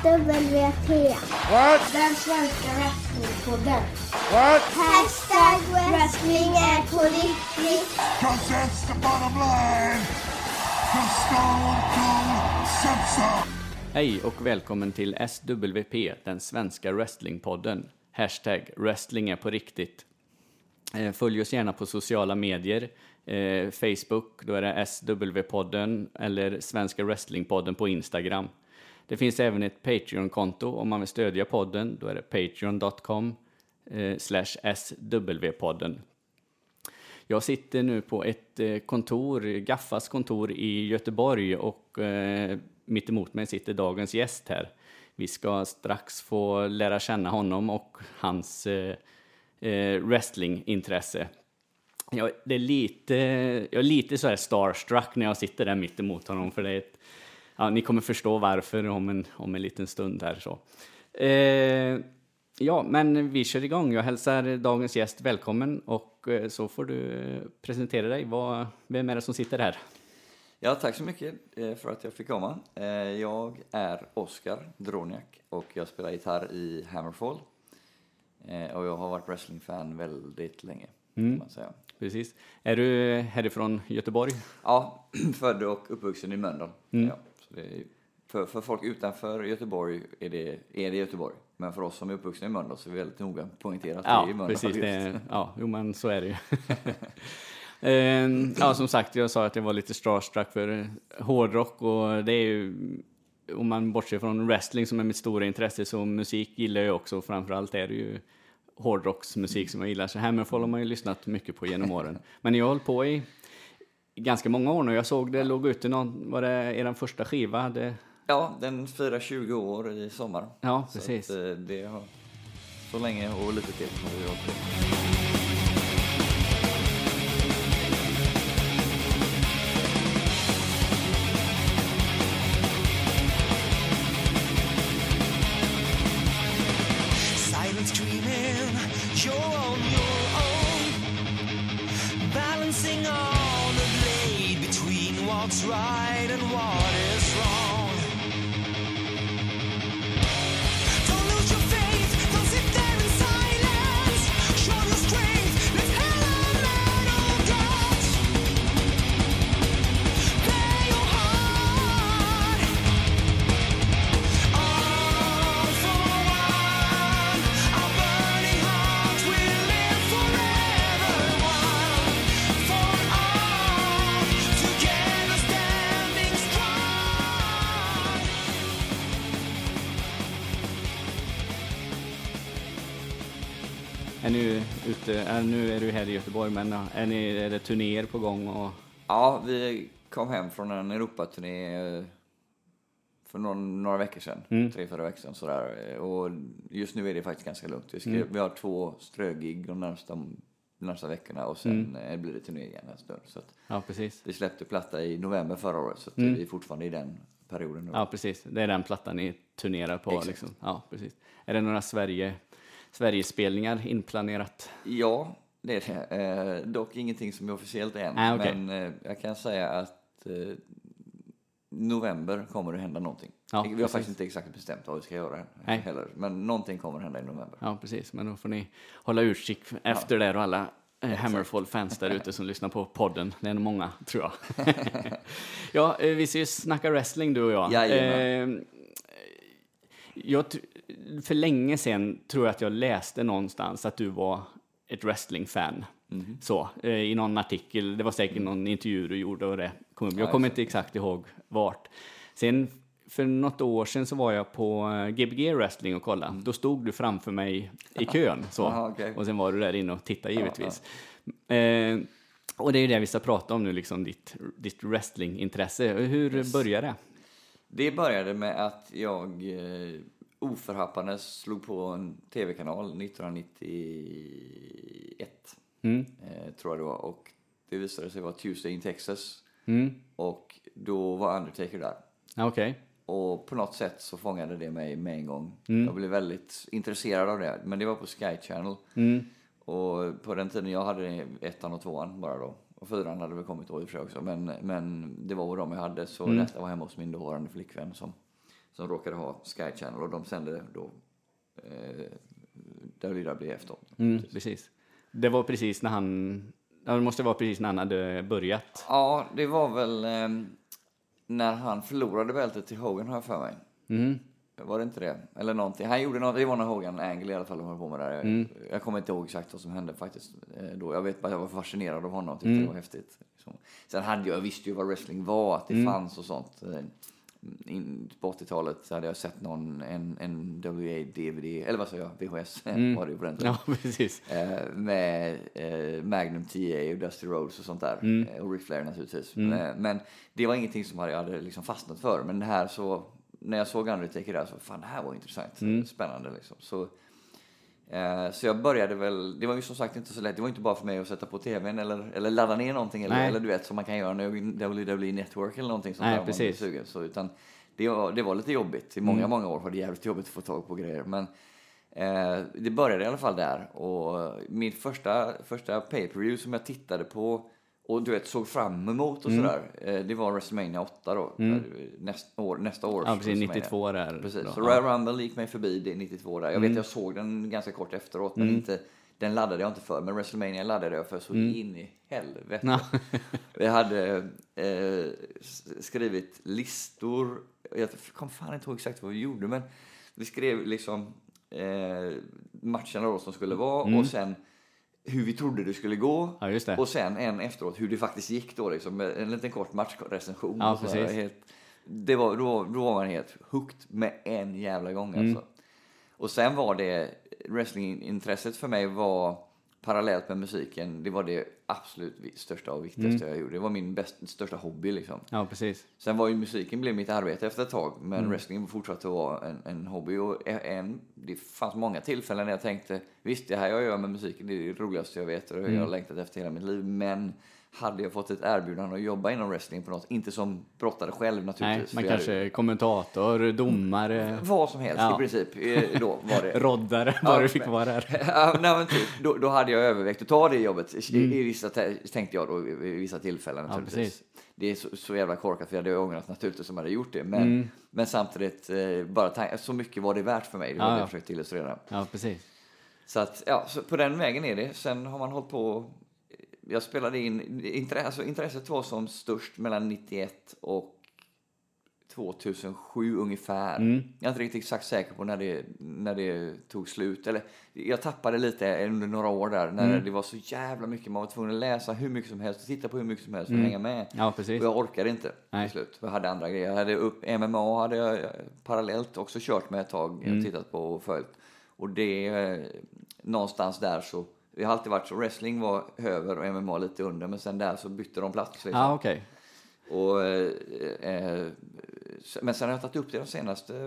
SWP. What? Den svenska wrestlingpodden. What? Hashtag wrestling är på riktigt. 'Cause that's the bottom line. 'Cause Stone Cold said so. Hej och välkommen till SWP, den svenska wrestlingpodden. Hashtag wrestling är på riktigt. Följ oss gärna på sociala medier. Facebook, då är det SW-podden eller Svenska Wrestlingpodden på Instagram. Det finns även ett Patreon-konto om man vill stödja podden. Då är det patreon.com/SW-podden. Jag sitter nu på ett kontor, Gaffas kontor i Göteborg, och mitt emot mig sitter dagens gäst här. Vi ska strax få lära känna honom och hans wrestlingintresse. Jag är lite så här starstruck när jag sitter där mitt emot honom, för det är ni kommer förstå varför om en liten stund här så. Ja, men vi kör igång. Jag hälsar dagens gäst välkommen, och så får du presentera dig. Vem är det som sitter här? Ja, tack så mycket för att jag fick komma. Jag är Oskar Droniak och jag spelar gitarr i Hammerfall. Och jag har varit wrestlingfan väldigt länge, kan man säga. Precis. Är du härifrån Göteborg? Ja, född och uppvuxen i Mölndal. Ja, så det är, för folk utanför Göteborg är det Göteborg. Men för oss som är uppvuxna i Mölndal så är vi väldigt noga poängterat att det är i Mölndal. Precis, men så är det ju. Ja, som sagt, jag sa att jag var lite starstruck för hårdrock, och det är ju, om man bortser från wrestling som är mitt stora intresse, så musik gillar jag också. Framförallt är det ju hårdrocksmusik som jag gillar. Så Hammerfall har man ju lyssnat mycket på genom åren. Men jag har hållit på i ganska många år nu. Jag såg det låg ute var det er första skiva? Ja, den firar 20 år i sommar. Ja, precis. Så att, det har så länge och lite till har vi hållit på. What's right and what is wrong. Don't lose your faith, don't sit there in silence. Show your strength, let hell and metal dance. Play your heart. All for one. Our burning hearts will live forever. One for all, together standing strong. Nu är du här i Göteborg, men är det turnéer på gång? Ja, vi kom hem från en Europaturné för några veckor sedan. 3-4 veckor sedan sådär. Och just nu är det faktiskt ganska lugnt. Vi har 2 strögig de närmsta veckorna, och sen blir det turné igen en stund. Så att Ja, precis. vi släppte platta i november förra året, så att vi är fortfarande i den perioden nu. Ja, precis. Det är den plattan ni turnerar på. Exakt. Liksom. Ja, precis. Är det några Sverigespelningar inplanerat? Ja, det är det. Dock ingenting som är officiellt än. Okay. Men jag kan säga att november kommer det hända någonting. Ja, Vi har precis. faktiskt inte exakt bestämt vad vi ska göra heller. Men någonting kommer hända i november. Ja, precis. Men då får ni hålla utkik efter det, och alla Hammerfall-fans där ute som lyssnar på podden. Det är nog många, tror jag. Ja, vi ska ju snacka wrestling, du och jag. Jajamän. För länge sedan tror jag att jag läste någonstans att du var ett wrestling-fan. Så, i någon artikel. Det var säkert någon intervju du gjorde, och det kom upp. Jag kommer inte exakt ihåg vart. Sen för något år sedan så var jag på Gbg Wrestling och kollade. Då stod du framför mig i kön. Så. Aha, okay. Och sen var du där inne och tittade givetvis. Och det är ju det vi ska prata om nu, liksom ditt wrestlingintresse. Hur började det? Det började med att jag oförhappandes slog på en tv-kanal 1991. Tror jag det var. Och det visade sig vara Tuesday in Texas. Och då var Undertaker där. Okej. Och på något sätt så fångade det mig med en gång. Jag blev väldigt intresserad av det. Men det var på Sky Channel. Och på den tiden jag hade 1:an och 2:an bara då. Och 4:an hade väl kommit då i och för sig också. Men det var de jag hade. Så detta var hemma hos min dåvarande flickvän som som råkade ha Sky Channel och de sände då WWF då. Precis. Det var precis när det måste vara precis när han hade börjat. Ja, det var väl när han förlorade bältet till Hogan, har jag för mig. Var det inte det? Eller någonting. Han gjorde något, det var när Hogan Angle i alla fall de höll på med det. Jag kommer inte ihåg exakt vad som hände faktiskt då. Jag vet bara att jag var fascinerad av honom, tyckte det var häftigt. Sen jag visste ju vad wrestling var, att det fanns och sånt. På 80-talet så hade jag sett en WA-DVD, eller vad sa jag, VHS var det ju på den tiden. Ja, precis. Med Magnum TA och Dusty Rhodes och sånt där. Och Ric Flair naturligtvis. Men det var ingenting som jag hade liksom fastnat för. Men det här så, när jag såg Undertaker där så, fan det här var intressant. Spännande liksom. Så jag började väl, det var ju som sagt inte så lätt, det var inte bara för mig att sätta på tvn eller ladda ner någonting eller du vet som man kan göra nu i WWE Network eller någonting sånt. Nej, precis. Sugen, så, utan det var lite jobbigt, i många år var det jävligt jobbigt att få tag på grejer, men det började i alla fall där, och min första pay-per-view som jag tittade på och du vet såg fram emot och sådär, det var WrestleMania 8 då, nästa år. Ja, precis, 92 där. Precis, då. så Royal Rumble gick mig förbi det 92 där. Jag vet jag såg den ganska kort efteråt, men inte, den laddade jag inte för, men WrestleMania laddade jag för så in i helvete. Vi hade skrivit listor, jag kom fan inte ihåg exakt vad vi gjorde, men vi skrev liksom matcherna då som skulle vara och sen hur vi trodde det skulle gå. Ja, just det. Och sen en efteråt hur det faktiskt gick då liksom, en liten kort matchrecension. Ja, precis. Då var man helt hooked med en jävla gång alltså. Och sen var det wrestlingintresset för mig var parallellt med musiken, det var det absolut största och viktigaste jag gjorde. Det var min största hobby liksom. Ja, precis. Sen var ju musiken blev mitt arbete efter ett tag, men wrestling fortsatte att vara en hobby, och det fanns många tillfällen när jag tänkte, visst det här jag gör med musiken det är det roligaste jag vet och det har jag längtat efter hela mitt liv, men hade jag fått ett erbjudande att jobba inom wrestling på något, inte som brottare själv naturligtvis. Nej, man kanske kommentator, domare. Vad som helst i princip. Då var det. Roddare, vad du fick vara där. Nej, men typ, då hade jag övervägt att ta det jobbet. I vissa, tänkte jag då, i vissa tillfällen naturligtvis. Det är så jävla korkat, för jag hade ångrat naturligtvis som hade gjort det. Men samtidigt, bara så mycket var det värt för mig. Det var det jag försökte illustrera. Ja, precis. Så att, så på den vägen är det. Sen har man hållit på. Jag spelade in, intresset var som störst mellan 91 och 2007 ungefär. Jag är inte riktigt exakt säker på när det tog slut. Eller, jag tappade lite under några år där, när det var så jävla mycket. Man var tvungen att läsa hur mycket som helst, titta på hur mycket som helst för att hänga med. Ja, precis. Och jag orkade inte till slut. Jag hade andra grejer. Jag hade MMA hade jag parallellt också kört med ett tag och tittat på och följt. Och det någonstans där så. Vi har alltid varit så, wrestling var över och MMA lite under, men sen där så bytte de plats. Ja, okej. Och men sen har jag tagit upp det de senaste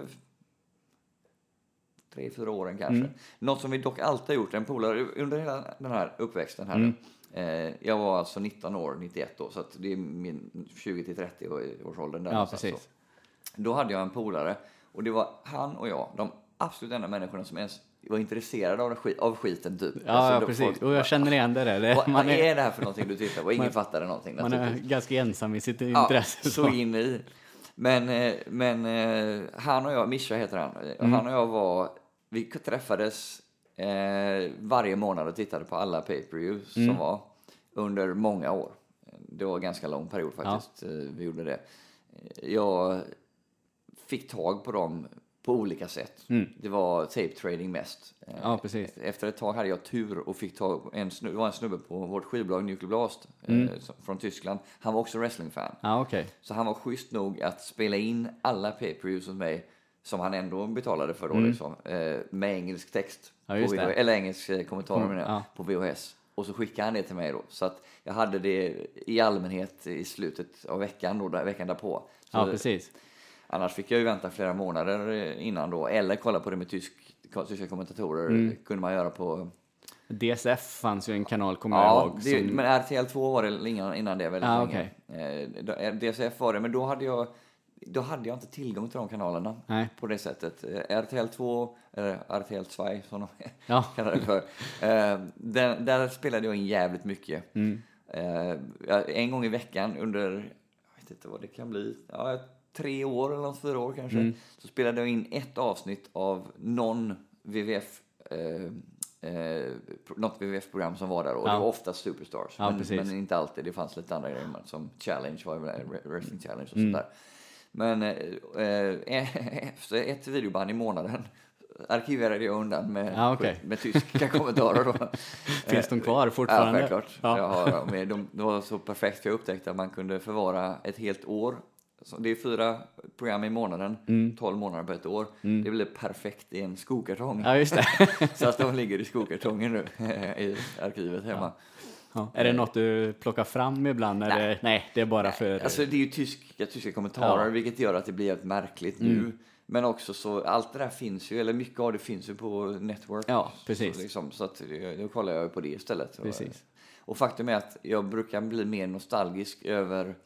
3-4 åren kanske. Något som vi dock alltid har gjort, en polare under hela den här uppväxten här. Jag var alltså 19 år 91 då, så att det är min 20-30 års åldern där. Ja, precis. Så. Då hade jag en polare, och det var han och jag, de absolut enda människorna som ens var intresserad av skiten typ. Ja, alltså, precis. Folk, och jag känner igen det där. Vad är det här för någonting du tittar på? Ingen fattade någonting. Man är ganska ensam i sitt intresse. Så in i. Men han och jag, Mischa heter han. Han och jag vi träffades varje månad och tittade på alla pay-per-views som var under många år. Det var en ganska lång period faktiskt. Vi gjorde det. Jag fick tag på dem på olika sätt. Det var tape trading mest. Ja, precis. Efter ett tag hade jag tur och fick tag på det var en snubbe på vårt skivbolag Nuclear Blast från Tyskland. Han var också wrestlingfan. Ja, okej. Så han var schysst nog att spela in alla pay-per-views hos mig som han ändå betalade för då liksom, med engelsk text Ja, just på det. eller engelsk kommentar på VHS. Och så skickade han det till mig då. Så att jag hade det i allmänhet i slutet av veckan då, veckan därpå. Så Ja, precis. annars fick jag ju vänta flera månader innan då. Eller kolla på det med tyska kommentatorer. Kunde man göra på... DSF fanns ju en kanal, kommer jag ihåg. Men RTL 2 var det innan det väldigt länge. Okay. DSF var det, men då hade jag inte tillgång till de kanalerna på det sättet. RTL 2, eller RTL 2 som de kallar det för. Där spelade jag in jävligt mycket. En gång i veckan under, jag vet inte vad det kan bli, 3 år eller 4 år kanske, så spelade jag in ett avsnitt av någon WWF något WWF-program som var där, och det var ofta Superstars, men inte alltid, det fanns lite andra grejer som Challenge, Wrestling Challenge och sådär. Men ett videoband i månaden arkiverade jag undan med tyska kommentarer då. Finns de kvar fortfarande? Ja, självklart. Ja. De var så perfekt, för jag upptäckte att man kunde förvara ett helt år. Så det är 4 program i månaden, 12 månader på ett år. Det blir perfekt i en skokartong. Ja, just det. Så att de ligger i skokartongen nu i arkivet hemma. Ja. Är det något du plockar fram ibland? Nej, det är bara för... Alltså det är ju tyska kommentarer, vilket gör att det blir ett märkligt nu. Men också så, allt det där finns ju, eller mycket av det finns ju på Network. Ja, precis. Så, liksom, så att då kollar jag på det istället. Precis. Och faktum är att jag brukar bli mer nostalgisk över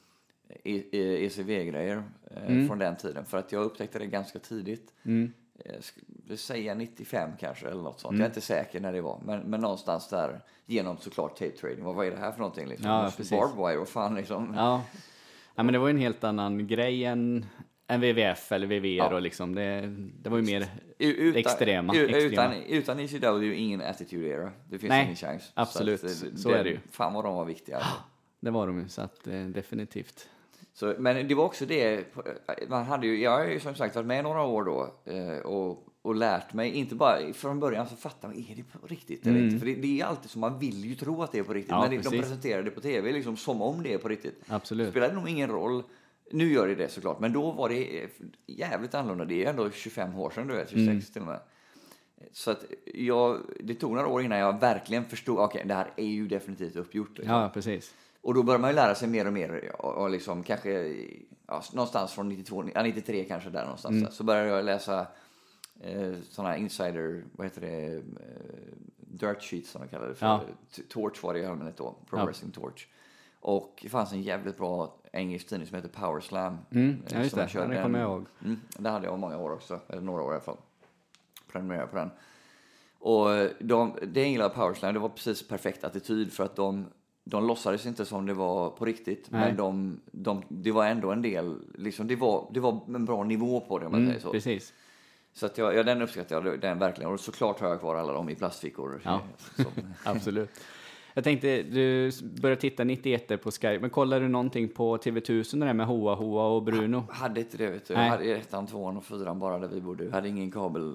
ECV-grejer från den tiden. För att jag upptäckte det ganska tidigt. Jag säger 95 kanske, eller något sånt. Jag är inte säker när det var. Men någonstans där, genom såklart tape trading. Vad är det här för någonting? Liksom? Ja, precis. Barbed wire, vad fan liksom. Ja, men det var ju en helt annan grej än WWF eller WWR och liksom. Det var ju mer extrema. Utan ECW ingen attitude era. Det finns ingen chans. Absolut, så är det ju. Fan vad de var viktiga. Alltså. Det var de ju, så att definitivt. Så, men det var också det, man hade ju, jag har ju som sagt varit med några år då och lärt mig, inte bara från början så fattar man, är det på riktigt eller inte? För det är alltid som man vill ju tro att det är på riktigt, men de presenterar det på tv liksom som om det är på riktigt. Absolut. Det spelar nog ingen roll. Nu gör det såklart, men då var det jävligt annorlunda. Det är ändå 25 år sedan, du vet, 26 till och med. Så att det tog några år innan jag verkligen förstod, okej, det här är ju definitivt uppgjort. Liksom. Ja, precis. Och då börjar man ju lära sig mer och mer, och liksom kanske någonstans från 93 kanske där någonstans. Där. Så började jag läsa sådana insider, vad heter det, dirt sheets som de kallar det för. Torch var det i allmänhet då, Pro Wrestling Torch. Och det fanns en jävligt bra engelsk tidning som heter Power Slam. Ja, just det. Det kommer jag ihåg. Det hade jag många år också, eller några år i alla fall. Prenumererade på den. Och det jag gillade Power Slam, det var precis perfekt attityd, för att de låtsades inte som det var på riktigt. Nej. Men det var ändå en del, liksom, det var en bra nivå på det, om man säger så. Precis. Så att den uppskattar jag, den verkligen. Och såklart har jag kvar alla dem i plastfickor. Ja, absolut. Jag tänkte, du började titta 91 på Sky, men kollar du någonting på TV1000 där med Hoa och Bruno? Jag hade inte det, vet du. Jag hade 1, 2 och 4 bara där vi bodde. Jag hade ingen kabel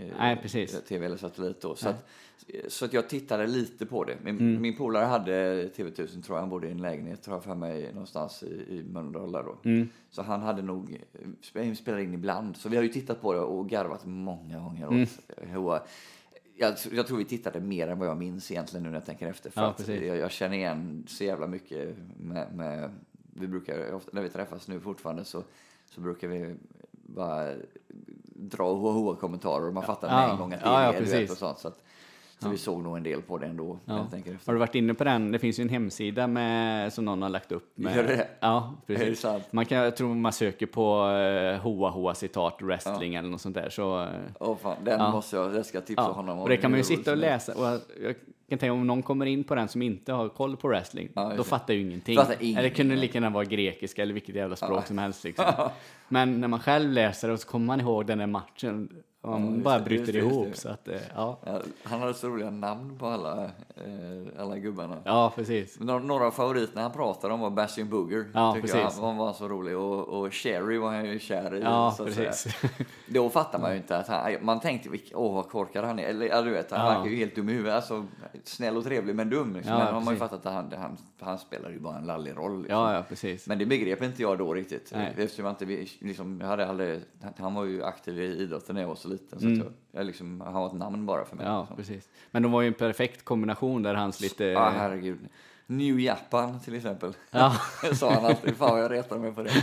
TV eller satellit då. Så att jag tittade lite på det. Min polare hade TV1000, tror jag. Han bodde i en lägenhet, tror jag, för mig någonstans i Mölndal där då. Så han hade nog spelat in ibland. Så vi har ju tittat på det och garvat många gånger åt Hoa. Jag tror vi tittade mer än vad jag minns egentligen nu när jag tänker efter. För att jag känner igen så jävla mycket med vi brukar ofta, när vi träffas nu fortfarande så brukar vi bara dra HH-kommentarer och man fattar med en gång att det är och sånt. Så vi såg nog en del på det ändå. Jag tänker efter. Har du varit inne på den? Det finns ju en hemsida som någon har lagt upp. Gör det? Ja, precis. Jag tror man söker på Hoa citat wrestling eller något sånt där. Så, fan, jag ska tipsa honom om. Och det kan man ju sitta och läsa. Och jag kan tänka, om någon kommer in på den som inte har koll på wrestling, då fattar ju ingenting. Eller det kunde lika gärna vara grekiska eller vilket jävla språk som helst. Liksom. Men när man själv läser det så kommer man ihåg den här matchen. Man bara bryter ihop. Så att, han hade så roliga namn på alla gubbarna. Ja, precis. Några av favoriterna han pratade om var Bastion Booger. Ja, precis. Han var så rolig. Och Sherry var han ju kär i. Ja, precis. Då fattar man ju inte att man tänkte, vad korkad han är. Eller du vet, han verkar ju helt dum i huvudet. Alltså, snäll och trevlig men dum. Liksom. Men man har ju fattat att han spelar ju bara en lallig roll. Liksom. Ja, precis. Men det begrep inte jag då riktigt. Eftersom jag hade aldrig, han var ju aktiv i idrotten när jag var så liten. Så att jag liksom, han var ett namn bara för mig. Ja, liksom. Precis. Men de var ju en perfekt kombination där hans lite... Ja, herregud. New Japan till exempel. Sa han alltid. Fan, jag retar mig på det.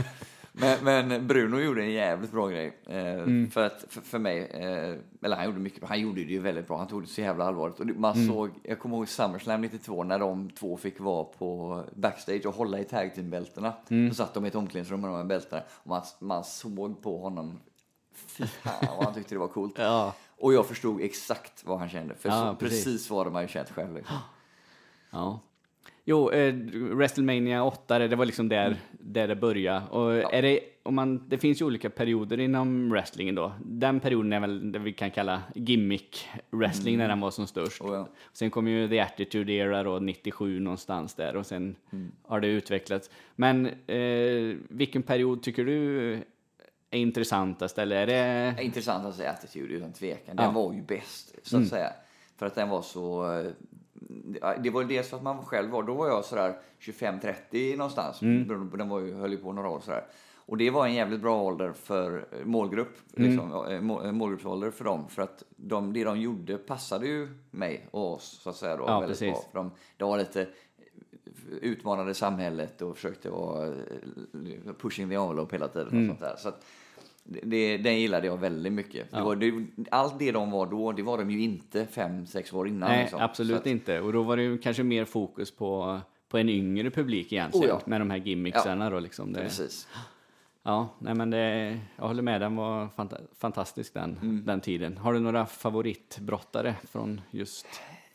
Men Bruno gjorde en jävligt bra grej. För mig, eller han gjorde mycket, han gjorde det ju väldigt bra. Han tog det så jävla allvarligt. Och man såg, jag kommer ihåg SummerSlam 92 när de två fick vara på backstage och hålla i tag team-bälterna. Så satt de i ett omklädningsrum med de här bälterna. Och man såg på honom, fy fan vad han tyckte det var coolt. Och jag förstod exakt vad han kände. För precis vad de har ju känt själv. Liksom. Ja. Jo, WrestleMania 8, det var liksom där det började. Och är det finns ju olika perioder inom wrestlingen då. Den perioden är väl det vi kan kalla gimmick wrestling när den var som störst. Ja. Sen kom ju The Attitude Era då 97 någonstans där och sen har det utvecklats. Men vilken period tycker du är intressantast, eller är det... Intressantast är Attitude utan tvekan. Den var ju bäst, så att säga. För att den var så... Det var dels för att man själv var... Då var jag sådär 25-30 någonstans. Den var ju, höll ju på några år sådär. Och det var en jävligt bra ålder för målgrupp. Liksom, målgruppsålder för dem. För att det de gjorde passade ju mig och oss, så att säga. Då, väldigt bra. För de var lite... utmanade samhället och försökte vara pushing the envelope hela tiden och sånt där. Så att den gillade jag väldigt mycket. Ja. Allt det de var då, det var de ju inte 5-6 år innan. Nej, liksom. absolut inte. Och då var det ju kanske mer fokus på en yngre publik egentligen. Med de här gimmicksarna då liksom. Precis. Ja, nej men jag håller med, den var fantastisk den tiden. Har du några favoritbrottare från just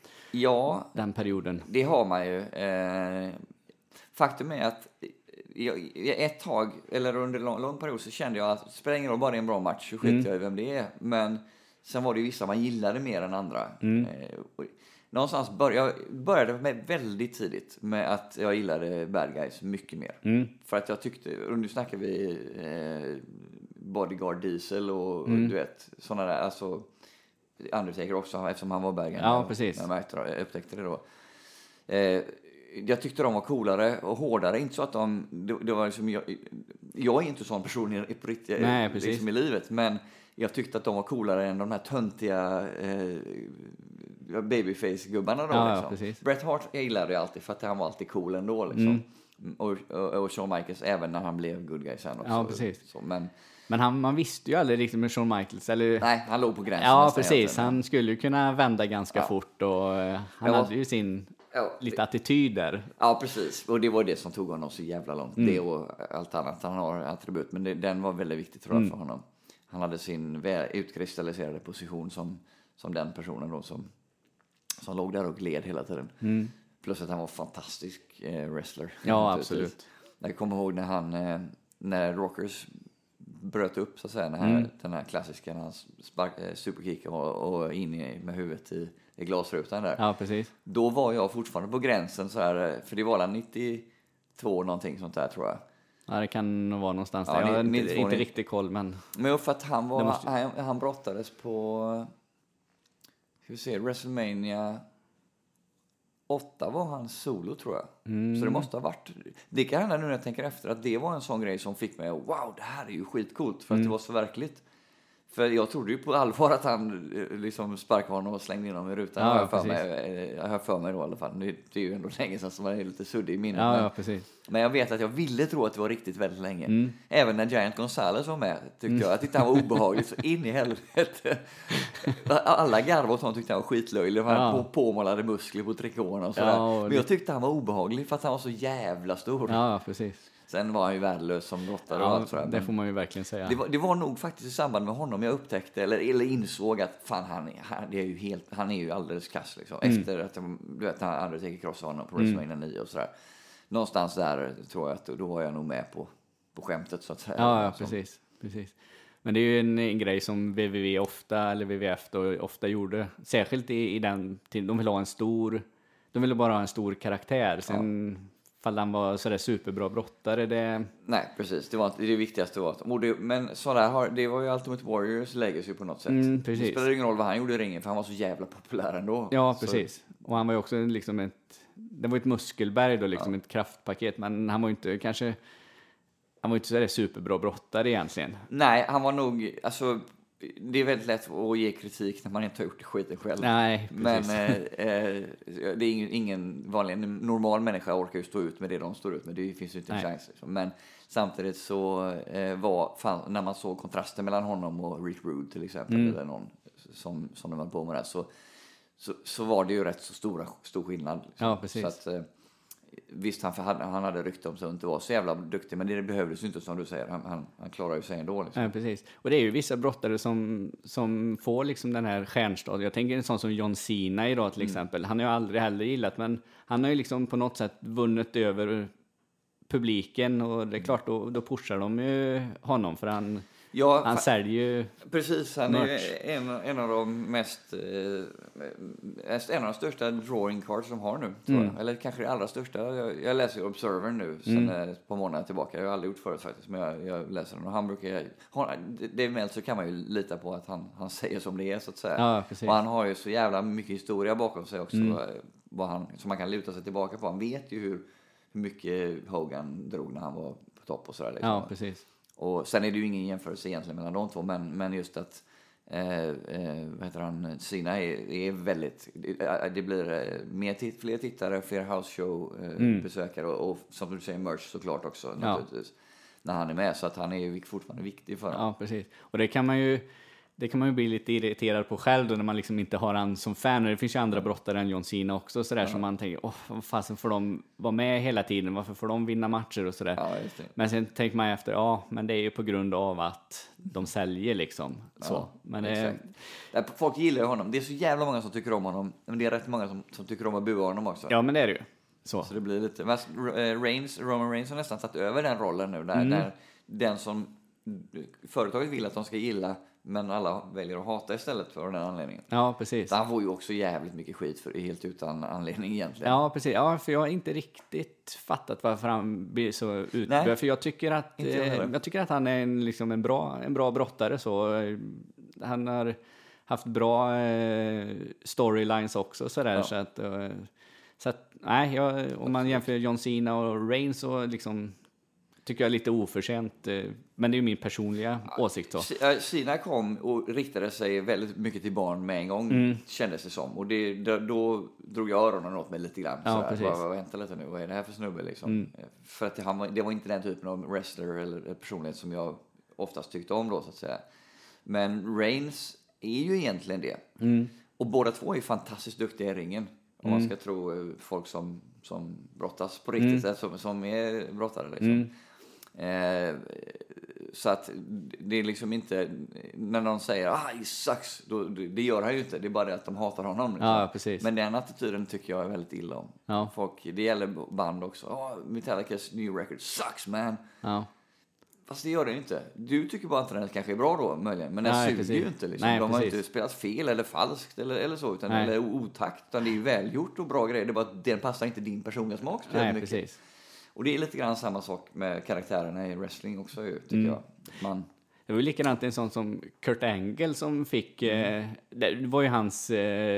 den perioden? Det har man ju. Faktum är att ett tag, eller under en lång period, så kände jag att det spelar ingen roll, bara det är en bra match så skiter jag i vem det är. Men sen var det ju vissa man gillade mer än andra. Någonstans började med väldigt tidigt med att jag gillade bad guys mycket mer. För att jag tyckte, och nu snackar vi Bodyguard Diesel och du vet, sådana där, alltså Undertaker också, eftersom han var bad guy. Ja, precis. Jag upptäckte det då. Jag tyckte de var coolare och hårdare. Inte så att det var liksom, jag är inte sån person på riktigt liksom i livet, men jag tyckte att de var coolare än de här töntiga babyface-gubbarna då. Liksom. Bret Hart jag gillade jag alltid för att han var alltid cool ändå. Liksom. Och Shawn Michaels även när han blev good guy sen också. Ja, precis. Så, men man visste ju aldrig riktigt med Shawn Michaels. Eller... Nej, han låg på gränsen. Ja, precis. Han skulle ju kunna vända ganska fort och han hade ju sin... lite attityder. Ja, precis. Och det var det som tog honom så jävla långt. Det och allt annat. Han har attribut. Men den var väldigt viktig tror jag för honom. Han hade sin utkristalliserade position som den personen då som låg där och gled hela tiden. Plus att han var fantastisk wrestler. Ja, absolut. Jag kommer ihåg när Rockers bröt upp så att säga. Den här klassiska när han superkick och in med huvudet i glasrutan där. Ja, precis. Då var jag fortfarande på gränsen så här, för det var 92 någonting sånt där tror jag. Ja, det kan nog vara någonstans där. Jag har inte riktigt koll, men för att han brottades på WrestleMania 8 var han solo tror jag. Så det måste ha varit. Det kan hända nu när jag tänker efter att det var en sån grej som fick mig wow, det här är ju skitcoolt för att det var så verkligt. För jag trodde ju på allvar att han liksom sparkade honom och slängde in honom i rutan. Jag hör för mig då i alla fall. Det är ju ändå länge sedan som man är lite suddig i minnet. Ja, precis. Men jag vet att jag ville tro att det var riktigt väldigt länge. Även när Giant Gonzalez var med tyckte jag att han var obehaglig så in i helvete. Alla garvade åt honom tyckte han var skitlöjlig. Han hade påmålade muskler på trikåerna och sådär. Men jag tyckte han var obehaglig för att han var så jävla stor. Ja, precis. Sen var han ju värdelös som brottare och allt sådär. Det får man ju verkligen säga. Det var nog faktiskt i samband med honom jag upptäckte eller insåg att fan han är ju alldeles kass liksom. Efter att du vet han Undertaker krossade honom på WrestleMania 9 och sådär. Någonstans där tror jag att då var jag nog med på skämtet så att säga. Ja, precis. Men det är ju en grej som WWE WWF ofta gjorde, särskilt i den tiden. De ville bara ha en stor karaktär. Sen fall han var sådär superbra brottare. Nej, precis. Det viktigaste var men det var ju Ultimate Warriors legacy på något sätt. Precis. Det spelade ingen roll vad han gjorde i ringen för han var så jävla populär ändå. Ja, precis. Och han var ju också liksom det var ett muskelberg då, liksom ett kraftpaket, men han var ju inte sådär superbra brottare egentligen. Nej, han var nog, alltså det är väldigt lätt att ge kritik när man inte har gjort skiten själv. Nej, precis. Men det är ingen vanlig normal människa orkar ju stå ut med det de står ut med. Det finns ju inte en chans. Liksom. Men samtidigt så när man såg kontrasten mellan honom och Rick Rude till exempel eller någon som de var på med det så var det ju rätt så stor skillnad. Liksom. Ja, precis. Så att, visst, han hade rykte om sig och inte var så jävla duktig, men det behövdes ju inte som du säger. Han klarar ju sig ändå. Liksom. Ja, precis. Och det är ju vissa brottare som får liksom den här stjärnstaden. Jag tänker en sån som John Cena idag till exempel. Han har ju aldrig heller gillat, men han har ju liksom på något sätt vunnit över publiken, och det är klart då pushar de ju honom, för han säljer ju. Precis, han merch. är en av de mest en av de största drawing cards som har nu, tror jag. Eller kanske det allra största. Jag läser ju Observer nu sen ett par månader tillbaka. Jag har aldrig gjort förut faktiskt, men jag läser den, och han brukar det är så kan man ju lita på att han säger som det är, så att säga. Ja, precis. Och han har ju så jävla mycket historia bakom sig också, som man kan luta sig tillbaka på. Han vet ju hur mycket Hogan drog när han var på topp och sådär liksom. Ja, precis. Och sen är det ju ingen jämförelse egentligen mellan de två, men just att vad heter han, Cena är väldigt, det blir fler tittare, fler house show besökare och som du säger merch såklart också naturligtvis, när han är med, så att han är ju fortfarande viktig för honom. Ja, precis. Och det kan man ju bli lite irriterad på själv då, när man liksom inte har han som fan. Och det finns ju andra brottare än John Cena också sådär, som man tänker, vad fasen får de vara med hela tiden? Varför får de vinna matcher och sådär? Ja, just det. Men sen tänker man efter, men det är ju på grund av att de säljer liksom. Så. Ja, men exakt. Folk gillar ju honom. Det är så jävla många som tycker om honom, men det är rätt många som tycker om att bua honom också. Ja, men det är det ju. Så det blir lite. Roman Reigns har nästan tagit över den rollen nu, där den som företaget vill att de ska gilla, men alla väljer att hata istället för den anledningen. Ja, precis. Han får ju också jävligt mycket skit för helt utan anledning egentligen. Ja, precis. Ja, för jag har inte riktigt fattat varför han blir så utbredd. För jag tycker att han är en bra brottare. Så han har haft bra storylines också sådär. Ja. Så att nej, om man jämför John Cena och Reigns, så liksom tycker jag är lite oförtjänt, men det är ju min personliga åsikt så. Cena kom och riktade sig väldigt mycket till barn med en gång, kändes det som. Och då drog jag öronen åt mig lite grann. Vänta lite nu, vad är det här för snubbe liksom? För att det var inte den typen av wrestler eller personlighet som jag oftast tyckte om då, så att säga. Men Reigns är ju egentligen det. Och båda två är fantastiskt duktiga i ringen. Om man ska tro folk som brottas på riktigt, som är brottare liksom. Så att det är liksom inte, när någon säger he sucks, det gör han ju inte, det är bara det att de hatar honom liksom. Ja, precis. Men den attityden tycker jag är väldigt illa om. Folk, det gäller band också. Metallica's new record sucks, man. Fast det gör det inte. Du tycker bara att den kanske är bra då, möjligen. Men den suger ju inte liksom. Nej, de har inte spelat fel eller falskt eller så, utan eller otakt, utan det är ju välgjort och bra grejer. Det är bara att den passar inte din personliga smak. Nej, precis. Och det är lite grann samma sak med karaktärerna i wrestling också, tycker jag. Det var ju likadant en sån som Kurt Angle som fick, det var ju hans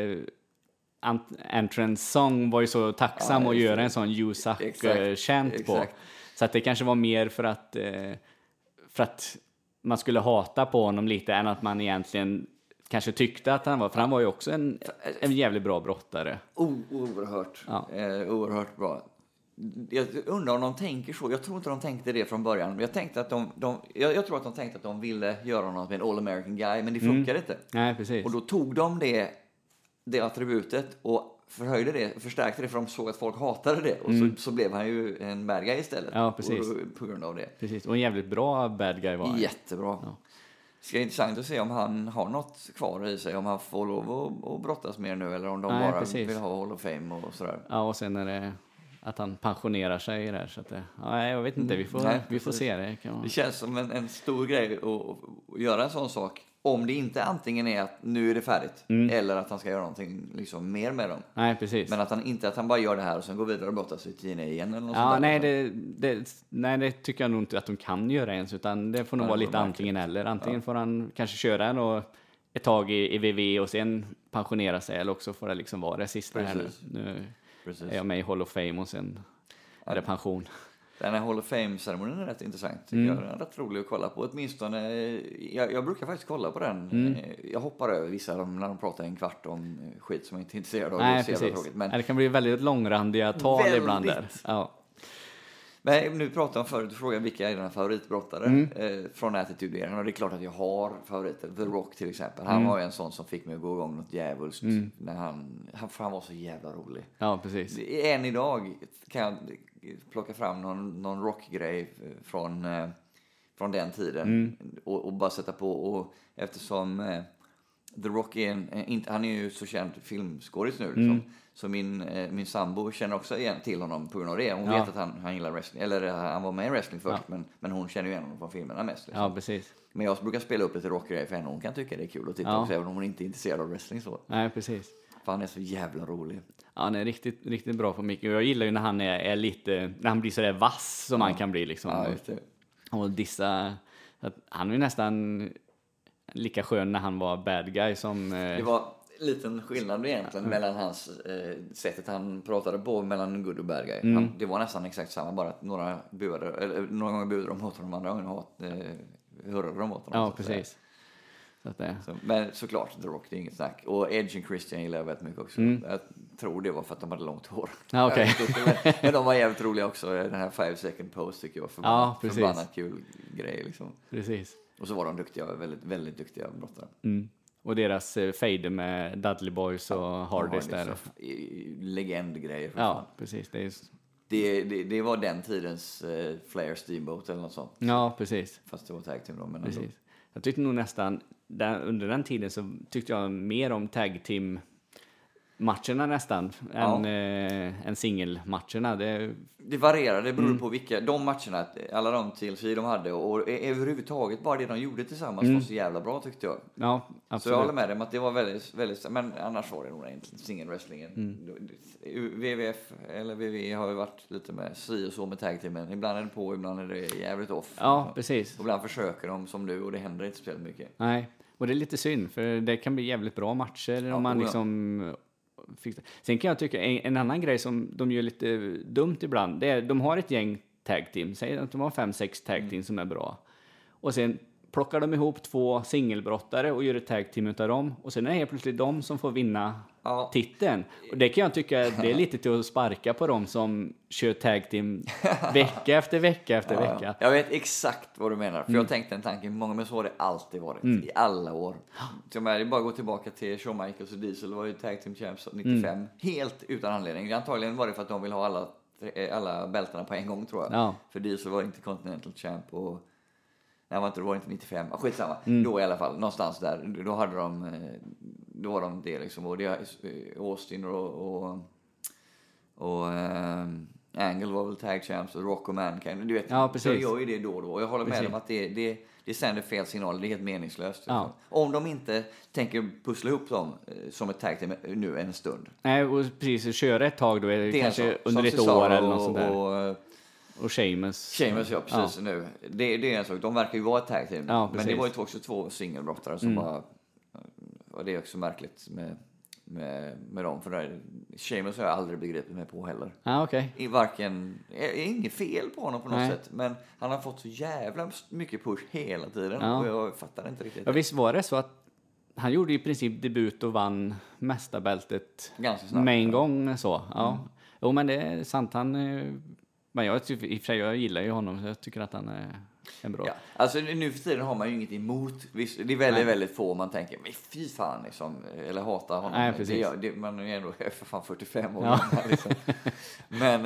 entrance song, var ju så tacksam att göra en sån You Suck-chant på. Så att det kanske var mer för att man skulle hata på honom lite, än att man egentligen kanske tyckte att han var, för han var ju också en jävligt bra brottare. Oerhört bra. Jag undrar om de tänker så. Jag tror inte de tänkte det från början. Jag tänkte att jag tror att de tänkte att de ville göra något med en All American Guy, men det funkade inte. Nej, precis. Och då tog de det attributet och förhöjde det, förstärkte det, för de såg att folk hatade det, och så blev han ju en bad guy istället. Ja, precis. På grund av det. Precis, och en jävligt bra bad guy var han. Jättebra. Ja. Ska det intressant att se om han har något kvar i sig, om han får lov att brottas mer nu, eller om de bara vill ha Hall of Fame och sådär. Ja, och sen är det att han pensionerar sig där, så att jag vet inte, vi får se det. Det känns som en stor grej att göra en sån sak, om det inte antingen är att nu är det färdigt, eller att han ska göra någonting liksom mer med dem. Nej, precis. Men att han bara gör det här och sen går vidare och brottas i TNA igen eller något sånt där. Det tycker jag nog inte att de kan göra ens, utan det får nog vara lite antingen eller. Antingen får han kanske köra ett tag i VV och sen pensionera sig, eller också får det liksom vara det sista här nu. Är jag med i Hall of Fame och sen är det pension. Den här Hall of Fame-ceremonin är rätt intressant. Jag är rätt rolig att kolla på. Åtminstone, jag brukar faktiskt kolla på den. Jag hoppar över vissa när de pratar en kvart om skit som jag inte är intresserad av. Nej, precis. Men det kan bli väldigt långrandiga tal ibland där. Ja. Men nu pratar om förut, du frågar vilka är dina favoritbrottare från Attitude-eran, och det är klart att jag har favoriter. The Rock till exempel, han var ju en sån som fick mig att gå igång något djävulskt när han var så jävla rolig. Ja, precis. Än idag kan jag plocka fram någon rockgrej från den tiden och bara sätta på, och eftersom The Rock är han är ju så känd filmskådis nu liksom. Så min sambo känner också igen till honom på grund av det. Hon vet att han gillar wrestling. Eller han var med i wrestling först, men hon känner ju igen honom från filmerna mest. Liksom. Ja, precis. Men jag brukar spela upp lite rockgrejer för henne. Hon kan tycka det är kul att titta också, även om hon inte är intresserad av wrestling så. Nej, precis. För han är så jävla rolig. Ja, han är riktigt, riktigt bra på mycket. Och jag gillar ju när han är lite, när han blir så där vass som han kan bli liksom. Ja, just det. Och dissa, han är ju nästan lika skön när han var bad guy som... Det var en liten skillnad egentligen mellan hans sättet han pratade på mellan good och bad guy. Det var nästan exakt samma, bara att några gånger buade de åt honom, andra gånger hörde de åt honom. Ja, precis. Så att det. Men såklart, The Rock, det är inget snack. Och Edge och Christian gillar jag väldigt mycket också. Jag tror det var för att de hade långt hår. Ja, okej. Men de var jävligt roliga också. Den här 5 second pose tycker jag var förbannat kul grej liksom. Precis. Och så var de duktiga, väldigt, väldigt duktiga brottare. Och deras fader med Dudley Boys och Hardys där. Legendgrejer. Ja, precis. Det var den tidens Flair Steamboat eller något sånt. Ja, precis. Fast det var tag team då. Men precis. Jag tyckte nog nästan, under den tiden så tyckte jag mer om tag team matcherna nästan än singelmatcherna. Det varierade, det beror på vilka de matcherna, alla de TLC de hade och överhuvudtaget bara det de gjorde tillsammans var så jävla bra tyckte jag. Ja, absolut. Så jag håller med dem att det var väldigt, väldigt, men annars var det nog egentligen singelwrestlingen. WWF eller WWE har ju varit lite med si och så med tag teamen. Ibland är det på, ibland är det jävligt off. Ja, precis. Och ibland försöker de som du och det händer inte speciellt mycket. Nej, och det är lite synd för det kan bli jävligt bra matcher om man liksom... Sen kan jag tycka en annan grej som de gör lite dumt ibland, det är de har ett gäng tag team, säg att de har 5-6 tag team som är bra. Och sen plockar de ihop 2 singelbrottare och gör ett tag team utav dem. Och sen är det helt plötsligt de som får vinna titeln. Och det kan jag tycka det är lite till att sparka på dem som kör tag team vecka efter vecka efter vecka. Jag vet exakt vad du menar. För jag tänkte en tanke, många men så har det alltid varit. I alla år. Så det är bara att gå tillbaka till Shawn Michaels och Diesel var ju tag team champs 95. Helt utan anledning. Antagligen var det för att de vill ha alla bältarna på en gång tror jag. Ja. För Diesel var inte Continental Champ och... Nej, det var inte 95. Skitsamma. Då i alla fall. Någonstans där. Då hade då var de det liksom. Och det Austin och Angle var väl tag champs och Rock och Mankind. Du vet, så jag gör ju det då och då. Och jag håller med om att det sänder fel signaler. Det är helt meningslöst. Ja. Om de inte tänker pussla ihop dem som ett tag team nu en stund. Nej, och precis. Köra ett tag då. Är det kanske under ett år eller något sånt där. Och Sheamus, ja, precis nu. Det är en sak. De verkar ju vara ett tag team. Ja, men det var ju också 2 singelbrottare som var... Och det är också märkligt med dem. För Sheamus har jag aldrig begripit mig på heller. Ja, okej. Är inget fel på honom på något sätt. Men han har fått så jävla mycket push hela tiden. Ja. Och jag fattar inte riktigt. Ja, visst var det så att han gjorde i princip debut och vann mästarbältet ganska snabbt med en gång så. Ja. Jo, men det är sant. Men jag gillar ju honom, så jag tycker att han är en bra. Ja, alltså nu för tiden har man ju inget emot. Visst, det är väldigt, väldigt få man tänker, men fy fan liksom, eller hatar honom. Nej, precis. Man är ändå för fan 45 år gammal liksom. Men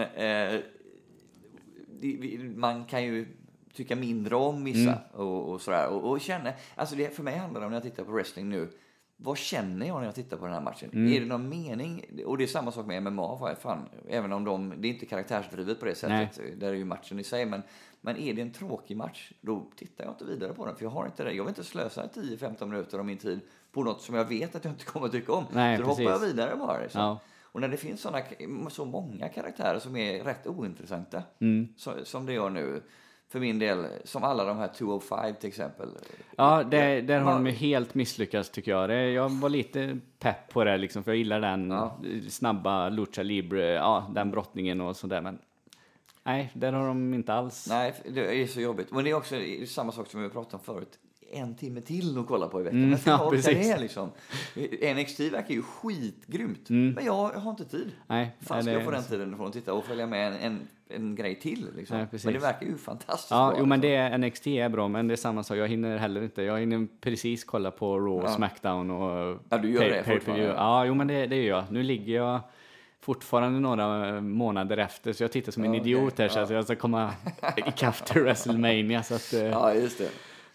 man kan ju tycka mindre om vissa och sådär. Och känna, alltså det för mig handlar det om när jag tittar på wrestling nu. Vad känner jag när jag tittar på den här matchen? Är det någon mening? Och det är samma sak med MMA. Fan, även om det är inte karaktärsdrivet på det sättet. Nej. Där är ju matchen i sig. Men är det en tråkig match, då tittar jag inte vidare på den. För jag har inte det. Jag vill inte slösa 10-15 minuter av min tid på något som jag vet att jag inte kommer att tycka om. Nej, så då precis. hoppar jag vidare bara. Liksom. Ja. Och när det finns så många karaktärer som är rätt ointressanta. Som det gör nu. För min del, som alla de här 205 till exempel. Ja, där har de ju helt misslyckats tycker jag. Jag var lite pepp på det liksom, för jag gillar den snabba lucha libre, den brottningen och sådär. Men nej, där har de inte alls. Nej, det är så jobbigt. Men det är också samma sak som vi pratade om förut. En timme till att kolla på i veckan. Men jag orkar det liksom. NXT verkar ju skitgrymt. Men jag har inte tid. Nej, fan ska jag få den tiden för att titta och följa med en grej till liksom. Nej, men det verkar ju fantastiskt bra. Jo, men NXT är bra, men det är samma sak. Jag hinner heller inte. Jag hinner precis kolla på Raw, Smackdown och du gör det fortfarande. Ja, men det gör jag. Nu ligger jag fortfarande några månader efter, så jag tittar som en idiot här så att jag ska komma ikapp till WrestleMania så att ja, just det.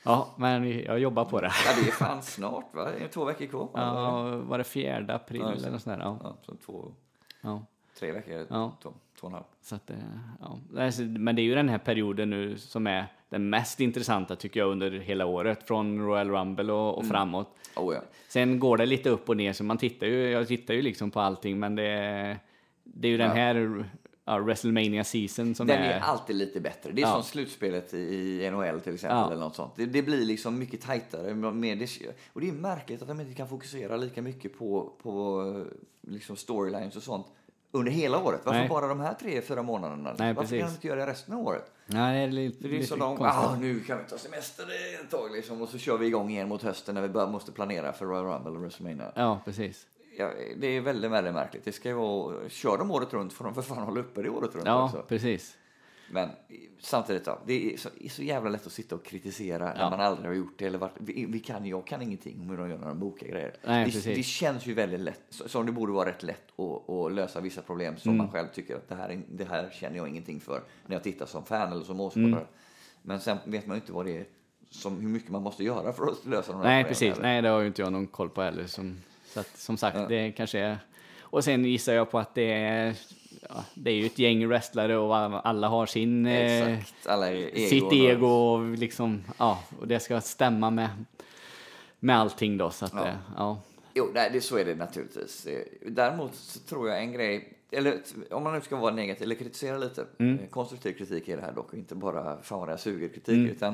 Ja, men jag jobbar på det. Ja, det är fan snart, va? Det är 2 veckor kvar. Ja, var det 4 april Ja, eller något sånt där? Ja. Ja, så Ja. 3 veckor, Ja. 2,5. Så att, ja. Men det är ju den här perioden nu som är den mest intressanta tycker jag under hela året. Från Royal Rumble och framåt. Oh, ja. Sen går det lite upp och ner så jag tittar ju liksom på allting. Men det är ju den här WrestleMania season som Den är alltid lite bättre. Det är Ja. som slutspelet i NHL till exempel. Ja. Eller något sånt. Det blir liksom mycket tajtare. Och det är märkligt att de inte kan fokusera lika mycket på liksom storylines och sånt under hela året. Varför Nej. bara de här 3-4 månaderna? Nej, Varför precis. kan de inte göra det resten av året? Nej, det är lite, För det är så nu kan vi ta semester ett tag liksom, och så kör vi igång igen mot hösten när vi måste planera för Royal Rumble och WrestleMania. Ja, precis. Ja, det är väldigt, väldigt märkligt. Det ska ju vara, kör de året runt får de för fan hålla uppe det året runt Ja, också. precis. Men samtidigt då, det är så jävla lätt att sitta och kritisera när man aldrig har gjort det. Eller jag kan ingenting om hur de gör när de bokar grejer. Nej, Det känns ju väldigt lätt, som det borde vara rätt lätt att lösa vissa problem som man själv tycker att det här känner jag ingenting för när jag tittar som fan eller som åskådare. Men sen vet man ju inte vad det är, hur mycket man måste göra för att lösa de här Nej, problemen. precis. Eller? Nej, det har ju inte jag någon koll på heller. Så att, som sagt, det kanske är... Och sen gissar jag på att det är ju ett gäng wrestlare och alla har sin... Exakt, alla är sitt ego och liksom... Ja, och det ska stämma med allting då. Så att Jo, nej, så är det naturligtvis. Däremot så tror jag en grej, eller om man nu ska vara negativ eller kritisera lite, konstruktiv kritik är det här dock, inte bara fan vad det suger kritik, utan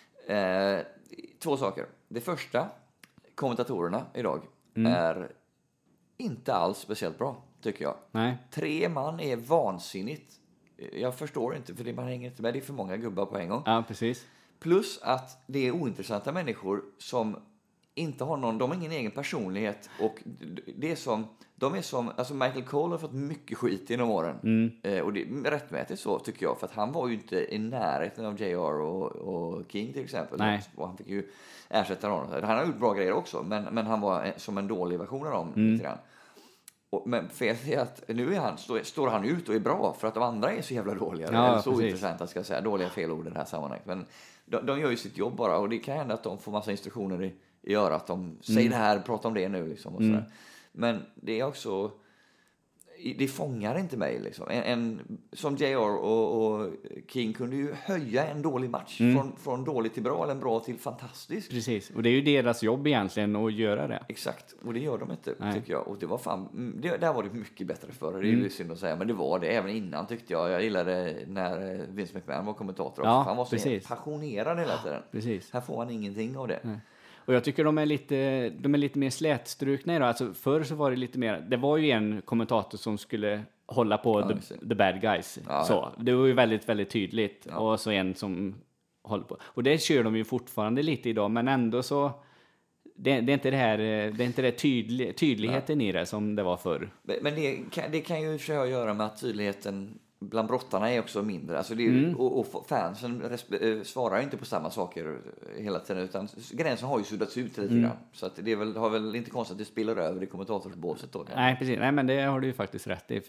2 saker. Det första, kommentatorerna idag är inte alls speciellt bra, tycker jag. Nej. 3 man är vansinnigt. Jag förstår inte, för man hänger inte med, det är för många gubbar på en gång. Ja, precis. Plus att det är ointressanta människor som inte har någon, de har ingen egen personlighet, och det är som, alltså Michael Cole har fått mycket skit genom åren. Och det är rättmätigt så, tycker jag, för att han var ju inte i närheten av JR och King till exempel. Nej. Och han fick ju ersätta honom. Han har gjort bra grejer också, men han var som en dålig version av dem lite grann. Men felet är att nu står han ut och är bra för att de andra är så jävla dåliga. Ja, eller så precis. intressanta, ska jag säga. Dåliga felord i det här sammanhanget. Men de gör ju sitt jobb bara, och det kan hända att de får massa instruktioner i örat. De säger det här, prata om det nu liksom, och sådär. Men det är också... Det fångar inte mig liksom. Som JR och King kunde ju höja en dålig match från dålig till bra, eller en bra till fantastisk. Precis. Och det är ju deras jobb egentligen att göra det. Exakt, och det gör de inte, Nej. tycker jag. Och det var där var det mycket bättre för. Det är ju synd att säga, men det var det även innan, tyckte jag. Jag gillade när Vince McMahon var kommentator. Ja, han var så precis. passionerad hela tiden. Precis. Här får han ingenting av det. Nej. Och jag tycker de är lite mer slätstrukna idag. Alltså förr så var det lite mer... Det var ju en kommentator som skulle hålla på the bad guys. Ja, så. Det var ju väldigt, väldigt tydligt. Ja. Och så en som håller på. Och det kör de ju fortfarande lite idag. Men ändå så... Det är inte det här... Det är inte det tydligheten i det som det var förr. Men det kan ju försöka göra med att tydligheten bland brottarna är också mindre. Alltså det är, och fansen svarar inte på samma saker hela tiden, utan gränsen har ju suddats ut lite grann. Så att det har väl inte konstigt att det spiller över i kommentatorsbåset då. Nej, precis. Nej, men det har du ju faktiskt rätt i.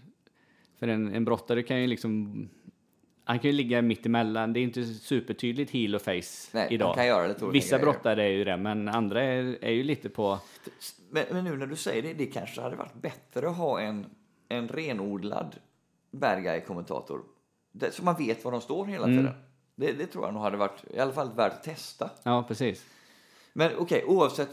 För en brottare kan ju liksom... Han kan ju ligga mitt emellan. Det är inte supertydligt heel och face idag. Han kan göra lite vissa brottare är ju det, men andra är ju lite på... Men nu när du säger det kanske hade varit bättre att ha en renodlad bad guy-kommentator. Så man vet var de står hela tiden. Det tror jag nog hade varit i alla fall värt att testa. Ja, precis. Men okej, oavsett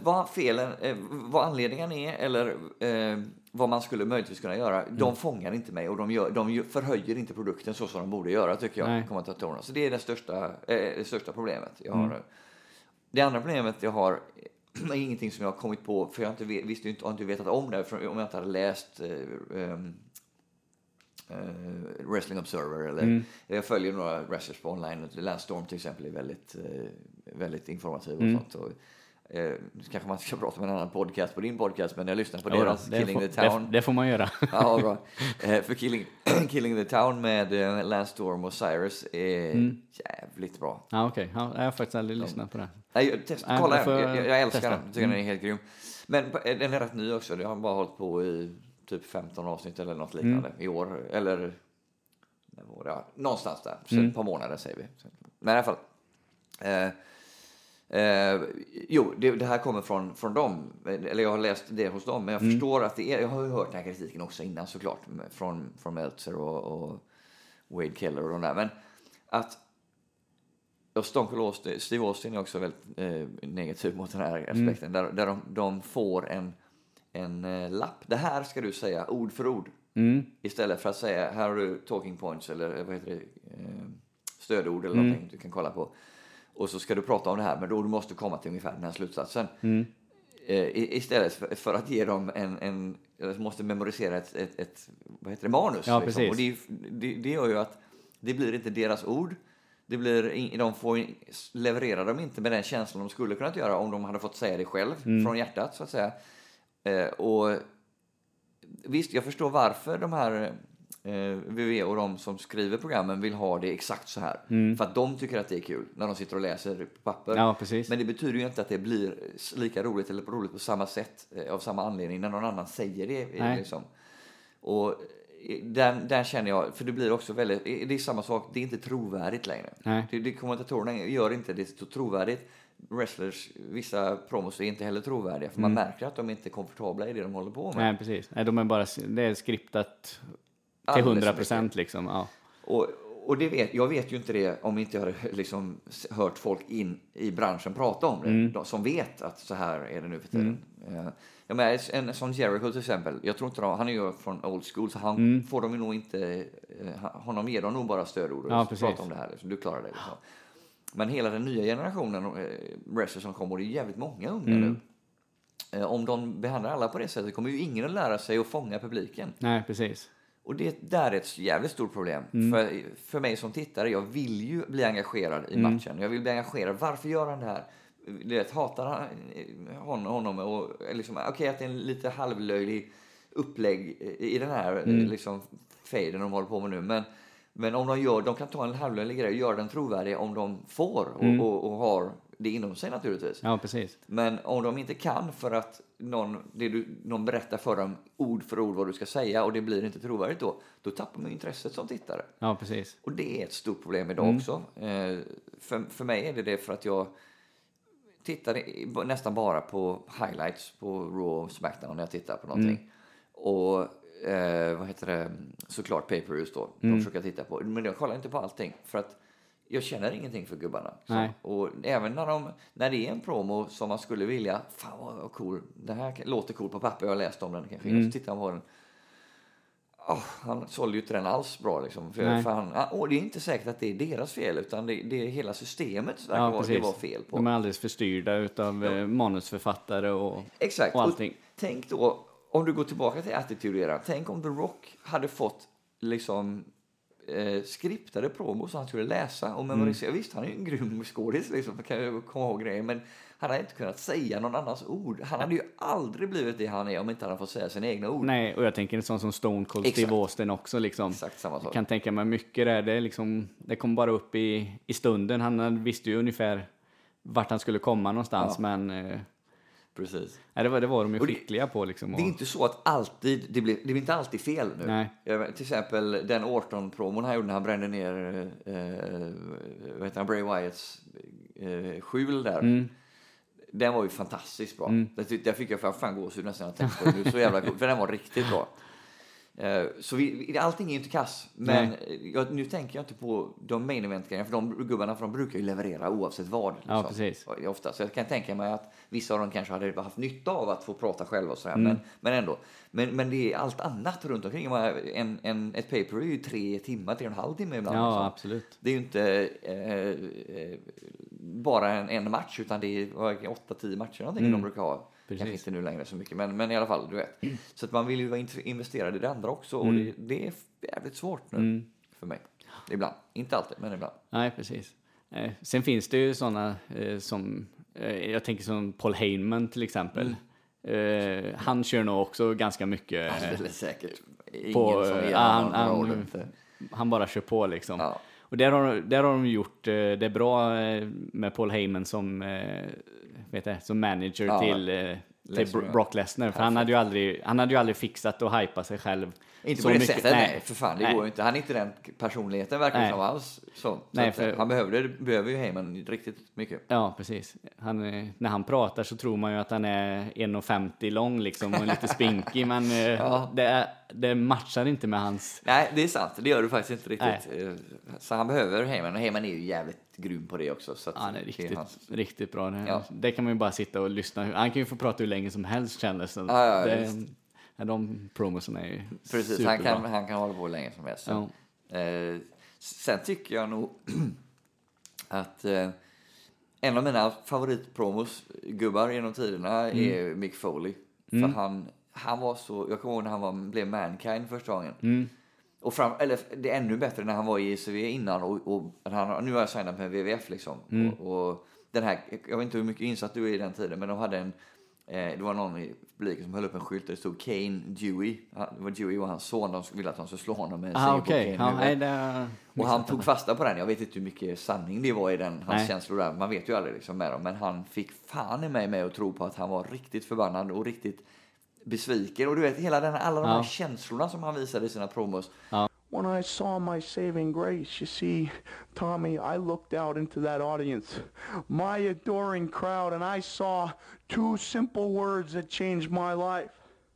vad anledningen är eller vad man skulle möjligtvis kunna göra, de fångar inte mig, och de förhöjer inte produkten så som de borde göra, tycker jag, kommentatorerna. Så det är det största problemet jag har nu. Det andra problemet jag har är ingenting som jag har kommit på, för jag har inte vetat om det om jag inte hade läst Wrestling Observer eller jag följer några wrestlers på online. Lance Storm till exempel är väldigt, väldigt informativ och sånt. Och, kanske man ska prata med en annan podcast på din podcast, men jag lyssnar på deras Killing the Town. Det får man göra. Ja, bra. För Killing the Town med Lance Storm och Cyrus är jävligt bra. Ja, okej. Ja, jag har faktiskt aldrig lyssnat på det. Nej, kolla, jag älskar den. Jag tycker den är helt grym. Men den är rätt ny också. Jag har bara hållit på i typ 15 avsnitt eller något liknande i år. Eller någonstans där. Så ett par månader säger vi. Men i alla fall. Jo, det här kommer från dem. Eller jag har läst det hos dem. Men jag förstår att det är... Jag har ju hört den här kritiken också innan såklart. Från Meltzer och Wade Keller och de där. Men att... Och Steve Austin är också väldigt negativ mot den här aspekten. Där de får en lapp. Det här ska du säga ord för ord. Istället för att säga, här har du talking points eller vad heter det, stödord eller någonting du kan kolla på. Och så ska du prata om det här, men då du måste komma till ungefär den här slutsatsen. Istället för att ge dem måste memorisera ett vad heter det, manus. Ja, liksom. Och precis. det gör ju att det blir inte deras ord. De får leverera dem inte med den känslan de skulle kunnat göra om de hade fått säga det själv från hjärtat så att säga. Och visst, jag förstår varför de här VV och de som skriver programmen vill ha det exakt så här. För att de tycker att det är kul när de sitter och läser på papper. Ja, precis. Men det betyder ju inte att det blir lika roligt eller roligt på samma sätt av samma anledning när någon annan säger det. Liksom. Och där känner jag, för det blir också väldigt, det är samma sak, det är inte trovärdigt längre. Det kommentatorerna gör inte det så trovärdigt. Wrestlers, vissa promos är inte heller trovärdiga för man märker att de inte är komfortabla i det de håller på med. Nej, precis. Nej, de är bara, det är skriptat till 100% liksom. Ja. Och jag vet ju inte det om inte jag har liksom hört folk in i branschen prata om det. De som vet att så här är det nu för tiden. Jag menar, en sån Jericho till exempel, jag tror inte han är ju från old school så han får de ju nog inte, honom ger de nog bara stödord och prata om det här. Liksom. Du klarar det liksom. Men hela den nya generationen wrestlers som kommer, och det är jävligt många unga nu. Om de behandlar alla på det sättet kommer ju ingen att lära sig att fånga publiken. Nej, precis. Och det där är ett jävligt stort problem. För mig som tittare, jag vill ju bli engagerad i matchen. Jag vill bli engagerad. Varför gör han det här? Hatar honom och liksom, okej, att det är en lite halvlöjlig upplägg i den här liksom faden de håller på med nu. Men om de kan ta en halvlöjlig grej och göra den trovärdig om de får och har det inom sig naturligtvis. Ja, precis. Men om de inte kan för att någon berättar för dem ord för ord vad du ska säga och det blir inte trovärdigt då tappar man intresset som tittare. Ja, precis. Och det är ett stort problem idag också. För mig är det för att jag tittar nästan bara på highlights på Raw och SmackDown när jag tittar på någonting. Och vad heter det? Såklart pay-per-views då. De försöker jag titta på. Men jag kollar inte på allting för att jag känner ingenting för gubbarna. Och även när det är en promo som man skulle vilja, fan vad cool, det här låter cool på papper, jag har läst om den kanske. Så tittar man på den. Han sålde ju inte den alls bra liksom. För det är inte säkert att det är deras fel utan det är hela systemet det var fel på. De är alldeles förstyrda utav manusförfattare och exakt. Och allting. Och tänk då, om du går tillbaka till Attitude-eran, tänk om The Rock hade fått liksom skriptade promos som han skulle läsa och memorisera. Visst, han är ju en grym skådis liksom, kan jag komma ihåg grejer, men han hade inte kunnat säga någon annans ord. Han hade ju aldrig blivit det han är om inte han hade fått säga sina egna ord. Nej, och jag tänker en sån som Stone Cold Steve Austin också liksom. Exakt samma sak. Jag kan tänka mig mycket där, det kom bara upp i stunden. Han visste ju ungefär vart han skulle komma någonstans, men precis. Nej, det var de ju skickliga på liksom. Det är inte så att det blir inte alltid fel nu. Nej. Till exempel den Orton-promon han gjorde när han brände ner Bray Wyatts skjul där. Den var ju fantastiskt bra. Där fick jag fan gåshud nästan att tänka på det nu. Så jävla cool, för den var riktigt bra. Så allting är ju inte kass. Men nu tänker jag inte på de main event-grejerna. För de gubbarna de brukar ju leverera oavsett vad. Liksom, ja, precis. Ofta. Så jag kan tänka mig att vissa av dem kanske hade haft nytta av att få prata själva och sådär. Men ändå. Men det är allt annat runt omkring. Ett paper är ju 3 timmar, 3,5 timmar ibland. Ja, absolut. Det är ju inte bara en match, utan det är 8-10 matcher någonting de brukar ha. Kanske inte nu längre så mycket, men i alla fall, du vet. Så att man vill ju vara investerad i det andra också. Och det är jävligt svårt nu för mig. Ibland. Inte alltid, men ibland. Nej, precis. Sen finns det ju sådana som, jag tänker som Paul Heyman till exempel. Han kör nog också ganska mycket. Alldeles säkert. Ingen på, som ger honom han bara kör på liksom. Ja. Och där har de gjort det bra med Paul Heyman som som manager till Brock Lesnar. För han hade ju aldrig fixat att hypa sig själv. Inte så på det mycket. sättet, nej, för fan, det Nej. går ju inte. Han är inte den personligheten verkligen som alls. Så Nej, för- han behöver ju Heyman riktigt mycket. Ja, precis. När han pratar så tror man ju att han är 1,50 lång liksom och lite spinkig, men det matchar inte med hans... Nej, det är sant. Det gör du faktiskt inte riktigt. Så han behöver Heyman, och Heyman är ju jävligt grym på det också. Så att Han är det hans... riktigt bra. Ja. Det kan man ju bara sitta och lyssna. Han kan ju få prata hur länge som helst, kändes det. Ja, De promoserna är ju Precis, superbra. han kan hålla på hur länge som helst. Ja. Sen tycker jag nog att en av mina favoritpromos-gubbar genom tiderna är Mick Foley. För han var så... Jag kommer ihåg när han blev Mankind första gången. Och det är ännu bättre när han var i ECW innan. Och nu har jag signat med WWF liksom. Och den här... Jag vet inte hur mycket insatt du är i den tiden, men de hade en... Det var någon i publiken som höll upp en skylt där det stod Kane Dewey. Det var Dewey och hans son. De ville att han skulle slå honom med en Okej. och han tog fasta på den. Jag vet inte hur mycket sanning det var i hans känslor där. Man vet ju aldrig liksom med dem. Men han fick fan i mig med att tro på att han var riktigt förbannad och riktigt besviken. Och du vet, alla de här känslorna som han visade i sina promos. When I saw my saving grace, you see, Tommy, I looked out into that audience, my adoring crowd, and I saw two simple words that changed my life.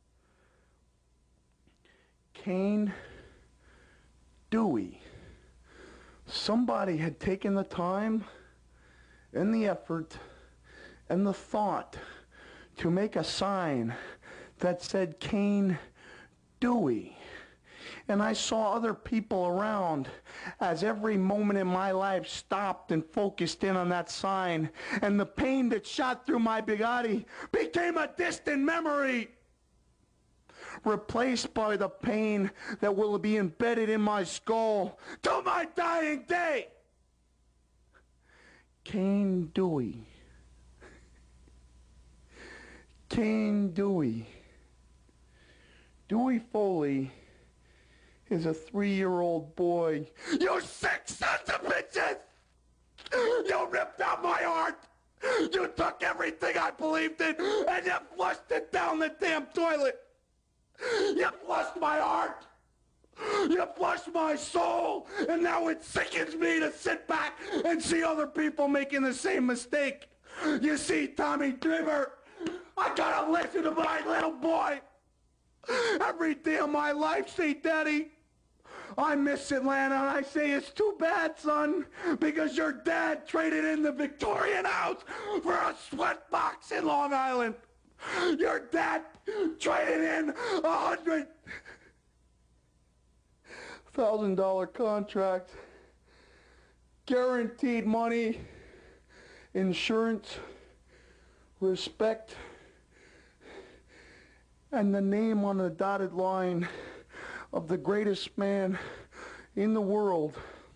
Kane Dewey. Somebody had taken the time and the effort and the thought to make a sign that said Kane Dewey. And I saw other people around as every moment in my life stopped and focused in on that sign. And the pain that shot through my body became a distant memory, replaced by the pain that will be embedded in my skull till my dying day. Kane Dewey. Kane Dewey. Dewey Foley is a 3-year-old boy. You sick sons of bitches! You ripped out my heart! You took everything I believed in and you flushed it down the damn toilet! You flushed my heart! You flushed my soul! And now it sickens me to sit back and see other people making the same mistake! You see, Tommy Dreamer, I gotta listen to my little boy! Every day of my life say, Daddy, I miss Atlanta, and I say, it's too bad, son, because your dad traded in the Victorian house for a sweat box in Long Island. Your dad traded in $100,000 contract, guaranteed money, insurance, respect, and the name on the dotted line of the greatest man in the world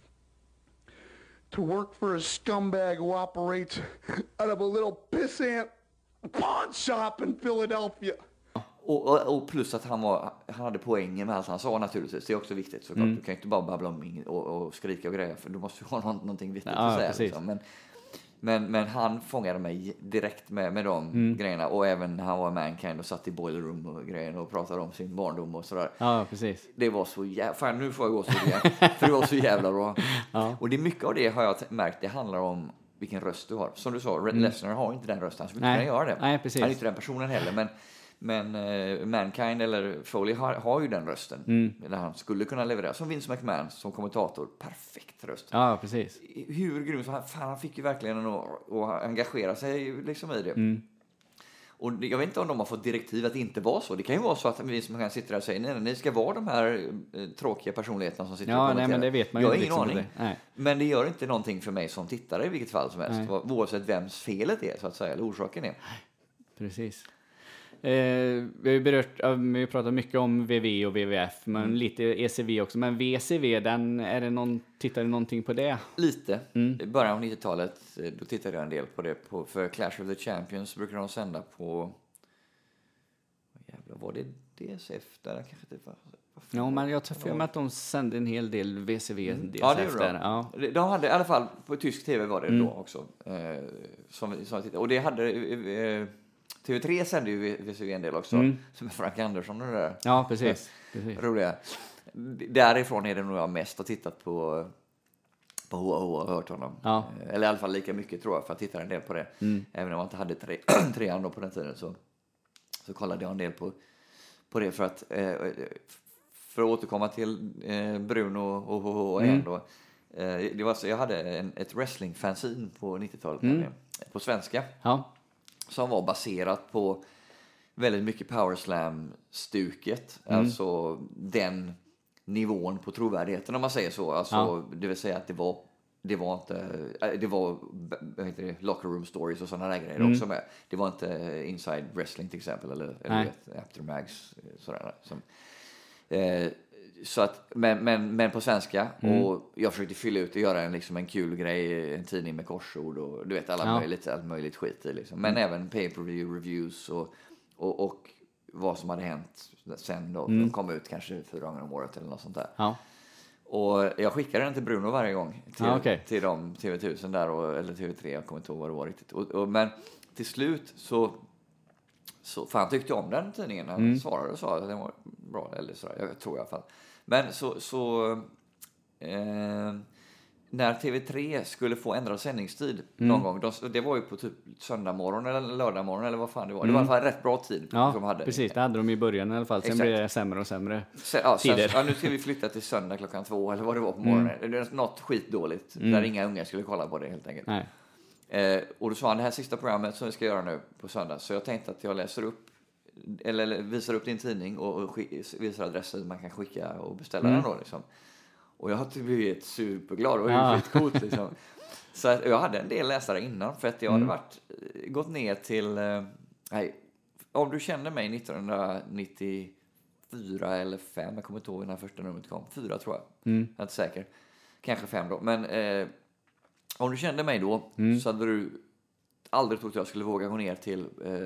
to work for a scumbag who operates out of a little pissant pawn shop in Philadelphia. Och plus att han hade poängen med allt han sa naturligtvis. Det är också viktigt såklart. Du kan ju inte bara babbla om och skrika och grejer, för du måste ju ha någonting viktigt att säga. Liksom. Men han fångade mig direkt med de grejerna. Och även när han var Mankind och satt i Boiler Room och grejer och pratade om sin barndom och sådär. Ja, precis. Det var så jävla... Fan, nu får jag gå så igen. För det var så jävla bra. Ja. Och det är mycket av det har jag märkt. Det handlar om vilken röst du har. Som du sa, Lesnar har inte den rösten. Han skulle inte kunna göra det. Nej, precis. Han är inte den personen heller. Men Mankind eller Foley har ju den rösten. Där han skulle kunna leverera. Som Vince McMahon som kommentator. Perfekt röst. Ja, precis. Hur grym. Han fick ju verkligen att engagera sig liksom i det. Och jag vet inte om de har fått direktiv att inte vara så. Det kan ju vara så att Vince McMahon sitter där och säger nej, ni ska vara de här tråkiga personligheterna som sitter och kommenterar. Nej, men det vet man ju inte. Jag har ingen aning. Nej. Men det gör inte någonting för mig som tittare i vilket fall som helst. Oavsett vems felet är så att säga. Eller orsaken är. Precis. Vi har pratat mycket om VV och WWF, men lite ECW också. Men VCW, tittar du någonting på det? Lite. I början av 90-talet, då tittade jag en del på det. För Clash of the Champions brukar de sända på... Jävlar, var det DSF där? Kanske inte var... Ja, men jag tror för mig att de sände en hel del VCW DSF ja, det där. Ja. De hade i alla fall, på tysk tv var det då också. Som jag tittade. Och det hade... TV3 sände ju VCV en del också. Som är Frank Andersson och det där. Ja, precis. Roliga. Därifrån är det nog jag mest har tittat på Hoa och hört honom. Ja. Eller i alla fall lika mycket tror jag, för att titta en del på det. Även om jag inte hade trean då på den tiden så kollade jag en del på det för att återkomma till Bruno och HH igen då. Det var så, jag hade ett wrestling-fanzine på 90-talet på svenska. Ja. Som var baserat på väldigt mycket powerslam-stuket. Alltså den nivån på trovärdigheten om man säger så. Alltså, det vill säga att det var vad heter det, locker room stories och sådana där grejer också med. Det var inte inside wrestling till exempel eller aftermags sådär som så att men på svenska och jag försökte fylla ut och göra en kul grej, en tidning med korsord och du vet allt möjligt skit i liksom. Men även pay-per-view reviews och vad som hade hänt sen då de kom ut kanske 4 gånger om året eller något sånt där. Ja. Och jag skickade den till Bruno varje gång till de TV1000 där eller TV3, jag kommer inte ihåg vad det var riktigt. Men till slut så fan tyckte jag om den tidningen. Han svarade och sa att den var bra eller så där, jag tror i alla fall. Men när TV3 skulle få ändrad sändningstid någon gång, det var ju på typ söndag morgon eller lördag morgon eller vad fan det var. Det var i alla fall rätt bra tid. Ja, de hade. Precis. Det hade de i början i alla fall. Sen blev det sämre och sämre tider. Nu ska vi flytta till söndag 2:00 eller vad det var på morgonen. Det är något skitdåligt där inga unga skulle kolla på det helt enkelt. Nej. Och då sa han, det här sista programmet som vi ska göra nu på söndag. Så jag tänkte att jag läser upp eller visar upp din tidning och visar adressen man kan skicka och beställa den då liksom. Och jag har blivit superglad och skitcoolt liksom. Så att jag hade en del läsare innan för att jag hade gått ner till om du kände mig 1994 eller 5, jag kommer inte ihåg när första numret kom, 4 tror jag. Jag är inte säker. Kanske 5 då, men om du kände mig då så hade du aldrig trott att jag skulle våga gå ner till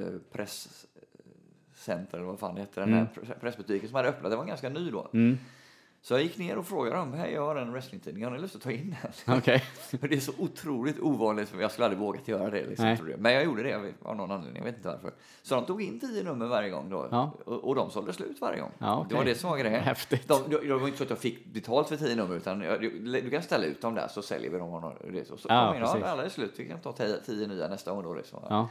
presscenter eller vad fan det heter, den här pressbutiken som hade öppnat. Det var ganska ny då. Så jag gick ner och frågade dem, hej, jag har en wrestlingtidning, har ni lust att ta in den? Okay. Det är så otroligt ovanligt, för jag skulle aldrig vågat göra det. Liksom, tror jag. Men jag gjorde det av någon anledning, jag vet inte varför. Så de tog in 10 nummer varje gång då, och de sålde slut varje gång. Ja, okay. Det var det som var grejen. Häftigt. Det var inte så att jag fick betalt för 10 nummer, utan du kan ställa ut dem där så säljer vi dem. Och så alla är slut, vi kan ta 10 nya nästa år då. Liksom. Ja.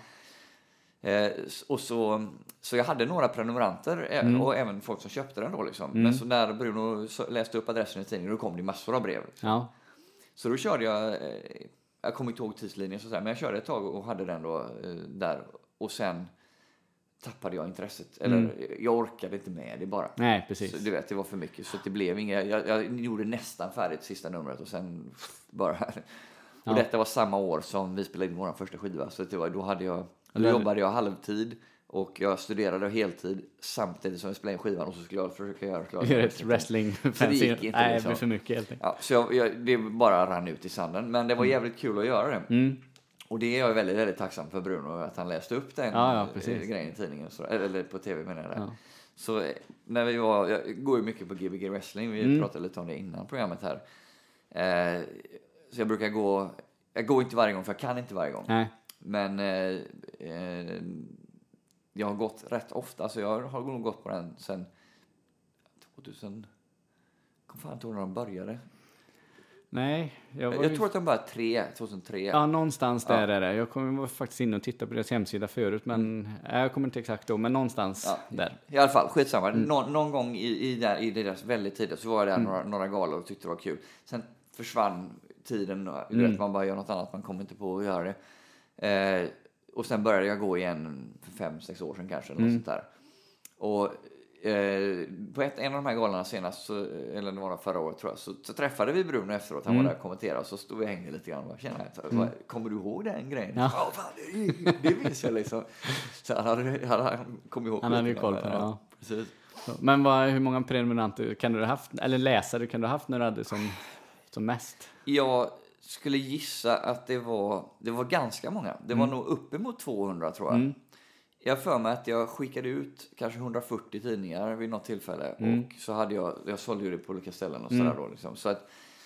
Och så jag hade några prenumeranter och även folk som köpte den då liksom. Men så när Bruno läste upp adressen i tidningen, då kom det massor av brev liksom. Ja. Så då körde jag kommer inte ihåg tidslinjen så men jag körde ett tag och hade den då där, och sen tappade jag intresset eller jag orkade inte med det bara. Nej, precis. Så, du vet, det var för mycket så det blev inget. Jag gjorde nästan färdigt sista numret och sen bara och detta var samma år som vi spelade in vår första skiva, så det var, då jobbade jag halvtid och jag studerade heltid samtidigt som jag spelade in skivan, och så skulle jag försöka göra ett wrestling-fanzine. Nej, det blir för mycket helt enkelt. Ja, så det bara rann ut i sanden, men det var jävligt kul att göra det. Och det är jag väldigt, väldigt tacksam för Bruno, att han läste upp den grejen i tidningen eller på tv menar jag. Så när jag går ju mycket på Gbg Wrestling, vi pratade lite om det innan programmet här. Så jag brukar jag går inte varje gång för jag kan inte varje gång. Nej. Men jag har gått rätt ofta, så jag har nog gått på den sen 2000. Kom fan inte ihåg när de började. Nej, jag tror att de började 2003. Ja, någonstans där är det. Jag kommer faktiskt in och titta på deras hemsida förut, men jag kommer inte exakt då, men någonstans där. I alla fall, skitsamma. Någon gång i deras väldigt tidigt så var jag där några galor och tyckte det var kul. Sen försvann tiden, du vet, man bara gör något annat, man kommer inte på att göra det. Och sen började jag gå igen för 5-6 år sedan kanske, eller något sånt där. Och på en av de här galorna senast, eller det var förra året tror jag, så träffade vi Bruno efteråt, han var där och kommenterade, och så stod vi och hängde lite grann och kände, kommer du ihåg den grejen? Ja, fan, det minns jag liksom. Så han kom ihåg. Han hade ju koll på det, ja. Precis. Men hur många prenumeranter kan du ha haft, eller läsare kan du ha haft när du hade som mest? Jag skulle gissa att det var ganska många. Det var nog uppemot 200 tror jag. Jag för mig att jag skickade ut kanske 140 tidningar vid något tillfälle. Och så hade jag sålde ju det på olika ställen och sådär då liksom. Så att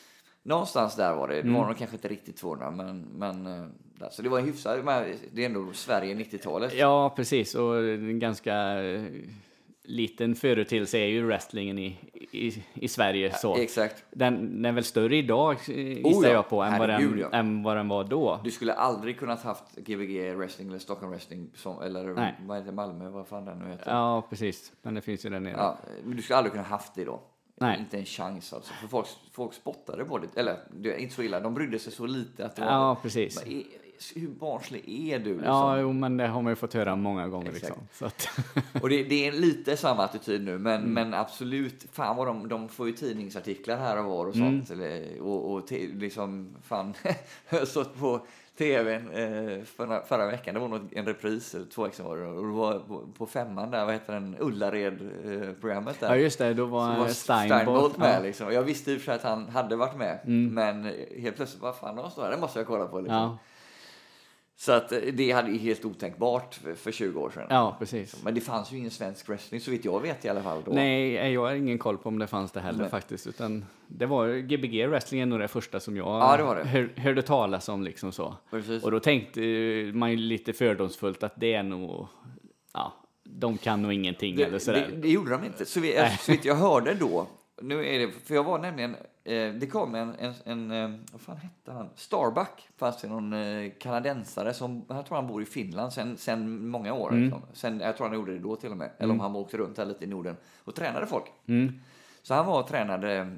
Någonstans där var det. Det var nog kanske inte riktigt 200, men där. Så det var hyfsat. Det är ändå Sverige 90-talet. Ja, precis. Och en ganska liten företeelse är ju wrestlingen i Sverige. Så. Exakt. Den är väl större idag, gissar jag på, än vad den var då. Du skulle aldrig kunnat haft Gbg Wrestling eller Stockholm Wrestling eller vad heter Malmö, vad fan den nu heter. Ja, precis. Men det finns ju där nere. Ja, men du skulle aldrig kunna haft det då. Nej. Inte en chans alltså. För folk spottade på det. Eller, det är inte så illa. De brydde sig så lite att det var... Ja, precis. Hur barnslig är du? Liksom? Ja, jo, men det har man ju fått höra många gånger. Liksom. Så att... Och det är lite samma attityd nu. Men absolut, fan vad de får ju tidningsartiklar här och var och sånt. Och liksom, fan, jag har stått på tvn förra veckan. Det var en repris, 2 veckor var det. Och det var på 5:an där, vad heter den? Ullared-programmet där. Ja, just det. Då var Steinbolt med. Liksom. Jag visste ju för att han hade varit med. Men helt plötsligt, vad fan de står här? Det måste jag kolla på. Liksom. Ja. Så att det hade ju helt otänkbart för 20 år sedan. Ja, precis. Men det fanns ju ingen svensk wrestling, så vitt jag vet i alla fall då. Nej, jag har ingen koll på om det fanns det heller faktiskt. Utan det var Gbg Wrestling nog det första som jag hörde talas om. Liksom så. Precis. Och då tänkte man ju lite fördomsfullt att det är nog... Ja, de kan nog ingenting eller sådär. Det gjorde de inte. Så vitt jag hörde då... Nu är det, för jag var nämligen... det kom en vad fan hette han? Starbuck, fast det någon kanadensare som... Jag tror han bor i Finland sen många år. Liksom. Jag tror han gjorde det då till och med. Eller om han åkte runt här lite i Norden och tränade folk. Så han var och tränade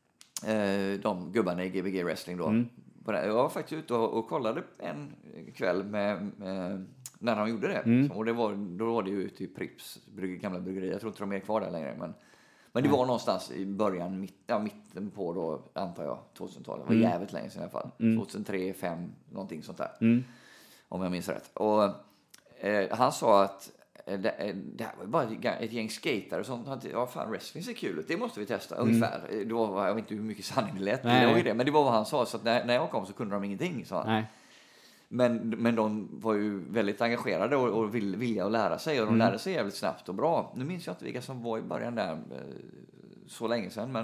de gubbarna i Gbg Wrestling då. Jag var faktiskt ute och kollade en kväll med när de gjorde det. Och då var det ju ute i Prips gamla bryggeri. Jag tror inte de är kvar där längre, men det var någonstans i början, mitten på då, antar jag, 2000-talet. Det var jävligt länge sedan i alla fall. 2003, 2005, någonting sånt där. Om jag minns rätt. Och han sa att det här var bara ett gäng skatare som ja fan, wrestling ser kul ut. Det måste vi testa, ungefär. Det var, jag vet inte hur mycket sanning det lät. Men det var vad han sa. Så att när jag kom så kunde de ingenting, sa han. Nej. Men de var ju väldigt engagerade och vilja att lära sig. Och de lärde sig jävligt snabbt och bra. Nu minns jag inte vilka som var i början där så länge sedan.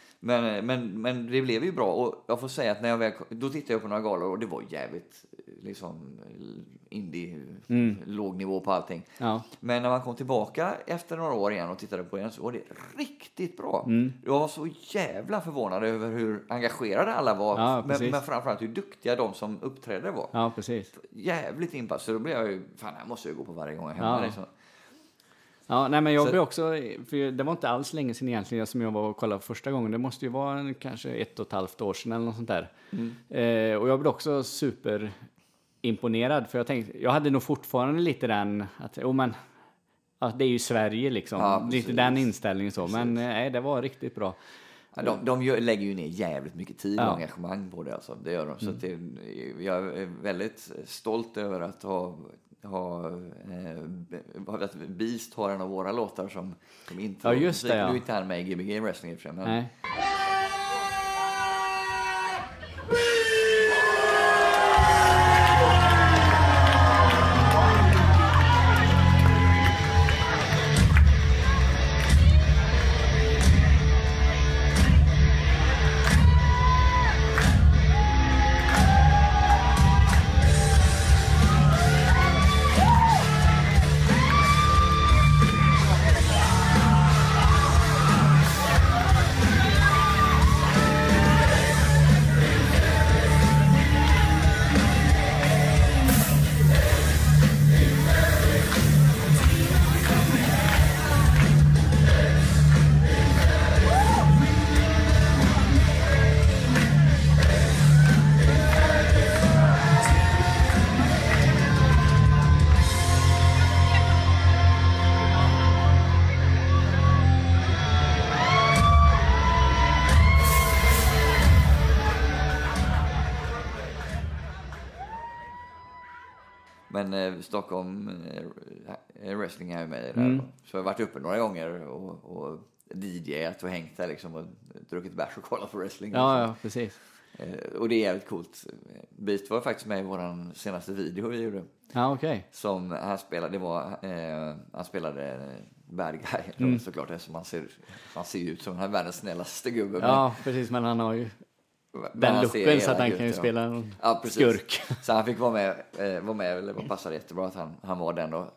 Men det blev ju bra. Och jag får säga att då tittade jag på några galor och det var jävligt liksom indie, låg nivå på allting. Ja. Men när man kom tillbaka efter några år igen och tittade på igen så var det riktigt bra. Jag var så jävla förvånad över hur engagerade alla var. Ja, men framförallt hur duktiga de som uppträdde var. Ja, precis. Jävligt inpass. Så då blev jag ju, fan, jag måste ju gå på varje gång jag hämtar liksom. Ja, nej, men jag blev också, för det var inte alls länge sedan egentligen som jag var och kollade första gången. Det måste ju vara kanske 1,5 år sedan eller något sånt där. Och jag blev också superimponerad, för jag hade nog fortfarande lite den att det är ju Sverige liksom. Ja, lite den inställningen så, men det var riktigt bra. Ja, de lägger ju ner jävligt mycket tid och engagemang på det alltså. Det gör de. Så att jag är väldigt stolt över att att Beast har en av våra låtar som inte... Ja, just det, Du är inte här med i Gbg Wrestling i och för sig, men... Nej. Men Stockholm Wrestling är ju med där. Så jag har varit uppe några gånger och DJat och hängt där liksom och druckit bärs och kollat på wrestling. Ja, precis. Och det är jävligt coolt. Beast var faktiskt med i vår senaste video vi gjorde. Ja, okej. Som han spelade, han spelade bad guy såklart, eftersom han ser ut som den här världens snällaste gubbe. Ja, precis, men han har ju den han ser looken så att elak han ut, kan ju ja. spela en Ja, precis. skurk. Så han fick vara med eller det passade jättebra att han var den då.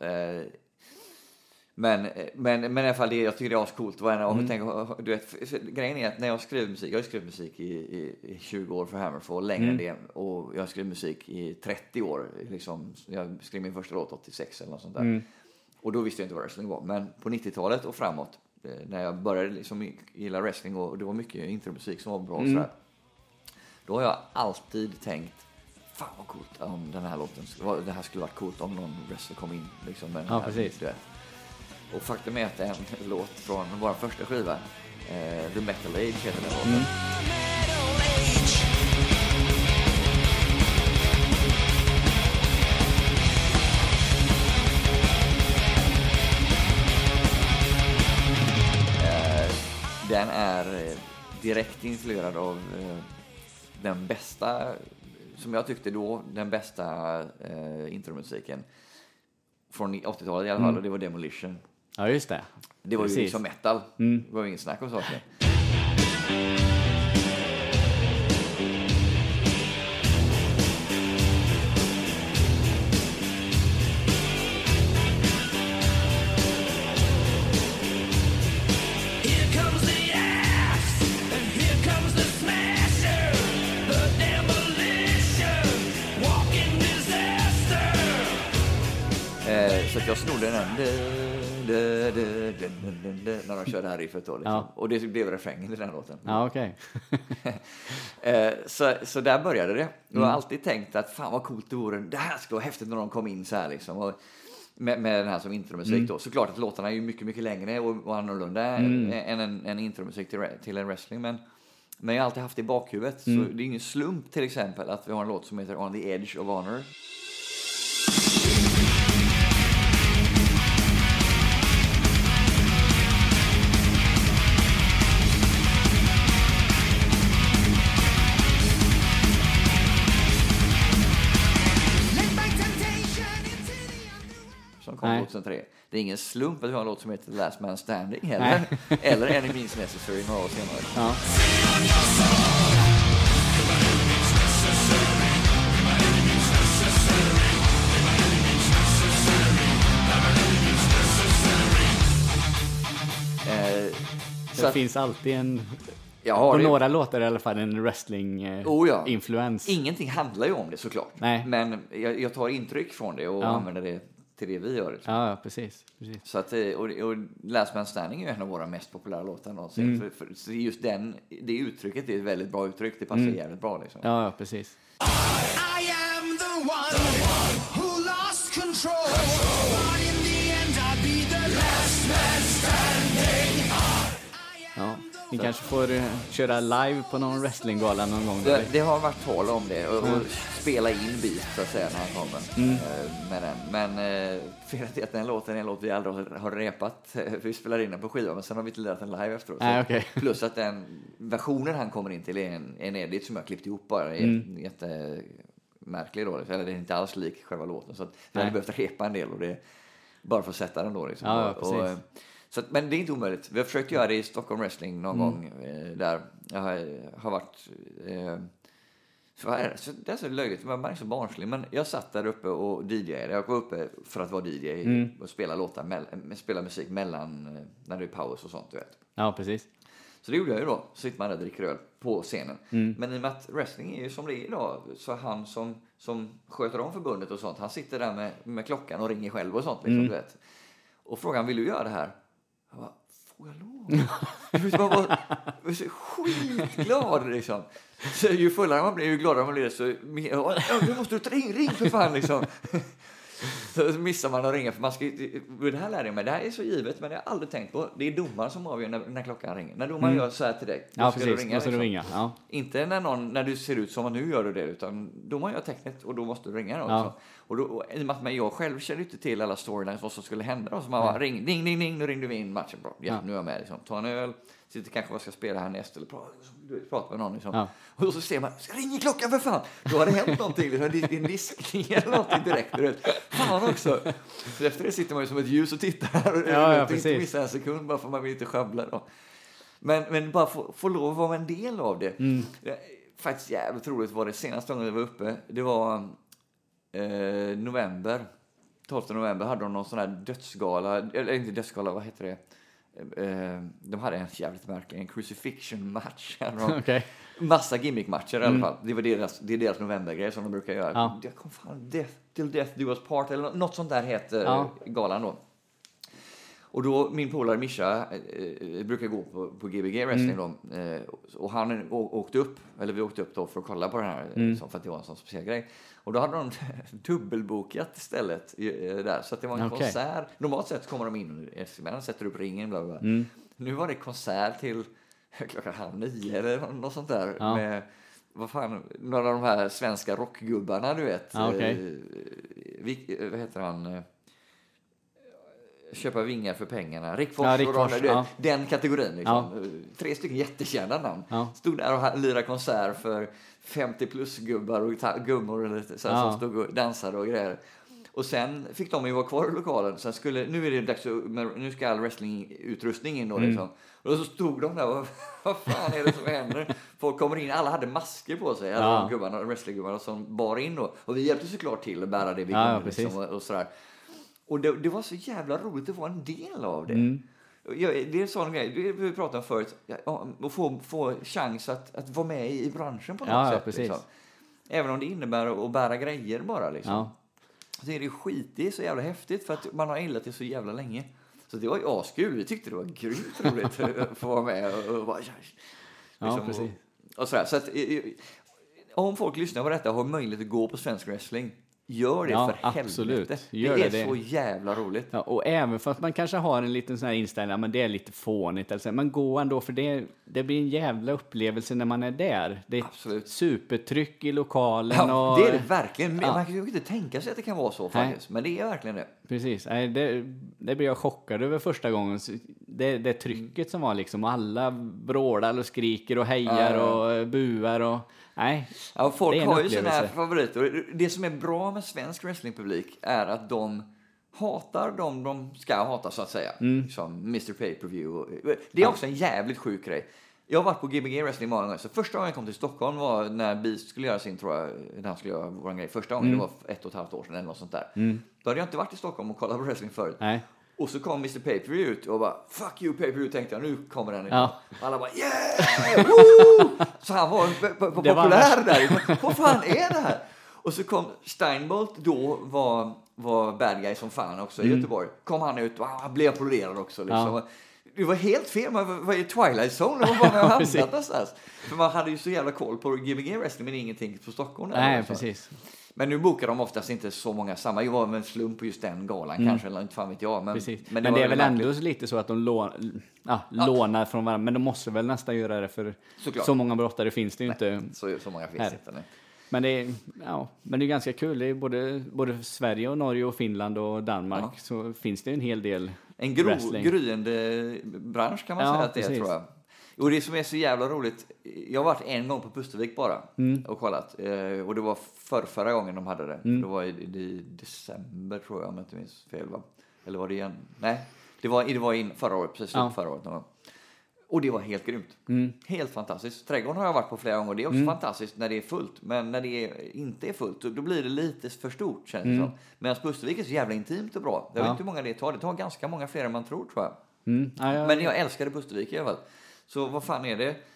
Men i alla fall jag tycker det är ascoolt. Du vet, grejen är att när jag skrev musik, jag har skrivit musik i 20 år för Hammerfall, längre än det, och jag har skrivit musik i 30 år liksom. Jag skrev min första låt 86 eller något sånt där. Och då visste jag inte vad wrestling var, men på 90-talet och framåt när jag började liksom gilla wrestling och det var mycket intromusik som var bra och sådär, då har jag alltid tänkt, fan vad coolt om den här låten, det här skulle varit coolt om någon wrestler kom in liksom med den här, precis. du vet. Och faktum är att det är en låt från vår första skiva, The Metal Age heter den låten. Den är direkt influerad av den bästa, som jag tyckte då, den bästa intromusiken från 80-talet i alla fall, och det var Demolition. Ja, just det. Det var Precis. ju liksom metal. Det var ju ingen snack om saker. Here comes the axe, and here comes the smasher, the demolition, walking disaster. Så att jag snodde den när de körde det här riffet då, liksom. Ja. Och det blev refrängen i den låten. Ja, okej. Så där började det. Jag har alltid tänkt att fan vad coolt det vore. Det här skulle vara häftigt när de kom in så här liksom. Och med den här som intromusik då. Såklart att låtarna är ju mycket, mycket längre och annorlunda än en intromusik till en wrestling. Men jag har alltid haft det i bakhuvudet. Så det är ingen slump till exempel att vi har en låt som heter On the Edge of Honor. Som kom 2003. Det är ingen slump att vi har en låt som heter Last Man Standing heller. Eller Any Means Necessary några år senare. Ja. Det finns alltid en... På några låtar i alla fall en wrestling-influens. Ingenting handlar ju om det såklart. Nej. Men jag tar intryck från det och använder det till det vi gör. Liksom. Ja, precis. Så att, och Last Man Standing är en av våra mest populära låtar någonsin. Så just det uttrycket är ett väldigt bra uttryck. Det passar jävligt bra. Liksom. Ja, precis. I am the one who lost control. But in the end I'll be the last man standing. Ja. Ni kanske får köra live på någon wrestlinggala någon gång. Det har varit tal om det. Och spela in Beast så att säga när han kommer med den. Men felet är att den låten är en låt vi aldrig har repat. Vi spelar in den på skiva men sen har vi inte lärt den live efteråt. Okay. Plus att den versionen han kommer in till är en edit som jag klippt ihop bara. Jättemärklig då. Eller det är inte alls lik själva låten. Så att vi hade behövt repa en del och det bara för att sätta den då. Liksom. Ja, precis. Så att, men det är inte omöjligt. Vi har försökt göra det i Stockholm Wrestling någon gång där jag har varit... Så det är så löjligt, man är så barnslig. Men jag satt där uppe och DJade. Jag var uppe för att vara DJ och spela låtar, spela musik mellan när det är paus och sånt, du vet. Ja, precis. Så det gjorde jag ju då. Så sitter man där och dricker öl på scenen. Men i och med att wrestling är ju som det är idag, så han som sköter om förbundet och sånt, han sitter där med klockan och ringer själv och sånt, liksom, du vet. Och frågan, vill du göra det här? Jag bara, får jag lov? Man var så skitglad liksom. Så ju fullare man blir, ju gladare man blir. Så nu måste du ring för fan liksom. Så missar man att ringa, för man ska, det här lärde jag mig, det här är så givet, men det har jag aldrig tänkt på. Det är domaren som avgör när klockan ringer. När domaren gör så här till dig, ja, ska precis, du ringa. Måste liksom. du ringa. Ja. Inte när du ser ut som att nu gör du det, utan domaren gör tecknet och då måste du ringa också. Ja. Och i och med att jag själv kände inte till alla storylines, vad som skulle hända då, så man bara ring, nu ringde vi in matchen, bra. Ja, nu är jag med liksom. Ta en öl, sitter kanske vad ska spela här näst eller prata med någon liksom. Ja. Och så ser man, ring i klockan för fan. Då har det hänt någonting, liksom, en viskning eller någonting direkt. Fan också. Så efter det sitter man ju som ett ljus och tittar. Ja, inte missa en sekund bara för man vill inte sjabbla då. Men bara få lov att vara en del av det. faktiskt jävligt roligt var det senaste gången vi var uppe. Det var november. 12 november hade de någon sån här dödsgala. Eller inte dödsgala, vad heter det? De hade en jävligt märklig, en crucifixion match. Okay. Massa gimmick-matcher i alla fall. Det är deras novembergrej som de brukar göra. Ja. Det kom fan Till Death Do Us Part eller något sånt där heter galan då. Och då, min polare Mischa brukar gå på Gbg Wrestling då. Och han åkte upp, eller vi åkte upp då för att kolla på den här, för att det var en sån speciell grej. Och då hade de dubbelbokat istället där, så att det var en konsert. Normalt sett kommer de in och sätter upp ringen, bla bla. Nu var det konsert till 8:30 eller något sånt där. Med, vad fan, några av de här svenska rockgubbarna, du vet. Vad heter han? Köpa vingar för pengarna. Rick Fors, Rick Fors, den kategorin liksom. 3 stycken jättekända namn. Stod där och lirade konsert för 50 plus gubbar och gummor eller så som stod och dansade och grejer. Och sen fick de ju vara kvar i lokalen. Sen nu är det dags, nu ska all wrestlingutrustning in då liksom. Och så stod de där och vad fan är det som händer? Folk kommer in, alla hade masker på sig, alla de gubbarna, wrestlinggubbarna som bar in då. Och vi hjälpte såklart till att bära det vi kunde liksom, och sådär. Och det var så jävla roligt att vara en del av det. Det är en sån grej, vi pratade om förut, att få chans att vara med i branschen på något sätt. Liksom. Även om det innebär att bära grejer bara. Liksom. Så är det är så jävla häftigt för att man har gillat det så jävla länge. Så det var ju askul, vi tyckte det var grymt roligt att få vara med och bara... Liksom, precis. Och sådär. Så att, om folk lyssnar på detta och har möjlighet att gå på svensk wrestling, gör det för absolut. helvete. Gör det är så jävla roligt. Ja, och även för att man kanske har en liten sån här inställning, men det är lite fånigt. Alltså, man går ändå, för det blir en jävla upplevelse när man är där. Det är absolut supertryck i lokalen. Ja, och, det är det verkligen. Man kan ju inte tänka sig att det kan vara så faktiskt. Men det är verkligen det. Precis. Det blir jag chockad över första gången. Det trycket som var liksom. Och alla vrålar och skriker och hejar och buar och... Nej, folk har ju sina favoriter. Det som är bra med svensk wrestlingpublik är att de hatar de ska hata, så att säga. Som Mr. Pay-Per-View. Det är också en jävligt sjuk grej. Jag har varit på Gbg Wrestling många gånger. Så första gången jag kom till Stockholm var när Beast skulle göra sin, tror jag, när han skulle göra vår grej. Första gången, det var 1,5 år sedan eller något sånt där. Då hade jag inte varit i Stockholm och kollat på wrestling förut. Nej. Och så kom Mr. Pay-Per-View ut och bara, fuck you Pay-Per-View, tänkte jag, nu kommer den. Alla bara, yeah! Woo! Så han var populär där. Vad fan är det här? Och så kom Steinbolt, då var bad guy som fan också i Göteborg. Kom han ut och han blev applåderad också. Liksom. Det var helt fel, man var i Twilight Zone. Det var bara när jag hamnat någonstans. För man hade ju så jävla koll på Gbg Wrestling, men ingenting på Stockholm. Nej, precis. Men nu bokar de oftast inte så många samma. Det var med en slump på just den galan kanske, eller inte fan vet jag. Men det är väl ändå lite så att de lånar från varandra. Men de måste väl nästan göra det, för så många brottare finns det ju inte. Så många finns inte. Nej. Men det är ganska kul. Det är både Sverige och Norge och Finland och Danmark så finns det en hel del gryende bransch kan man säga att det är, tror jag. Och det som är så jävla roligt, jag har varit en gång på Pustervik bara och kollat. Och det var förra gången de hade det. Det var i december, tror jag, om jag inte minns fel. Va? Eller var det igen? Nej, det var in förra året, precis förra året. Och det var helt grymt. Helt fantastiskt. Trädgården har jag varit på flera gånger. Det är också fantastiskt när det är fullt. Men när det inte är fullt, då blir det lite för stort, känns det som. Medan Pustervik är så jävla intimt och bra. Jag vet inte hur många det tar. Det tar ganska många fler än man tror, tror jag. Men jag älskade Pustervik i alla fall. Så vad fan är det?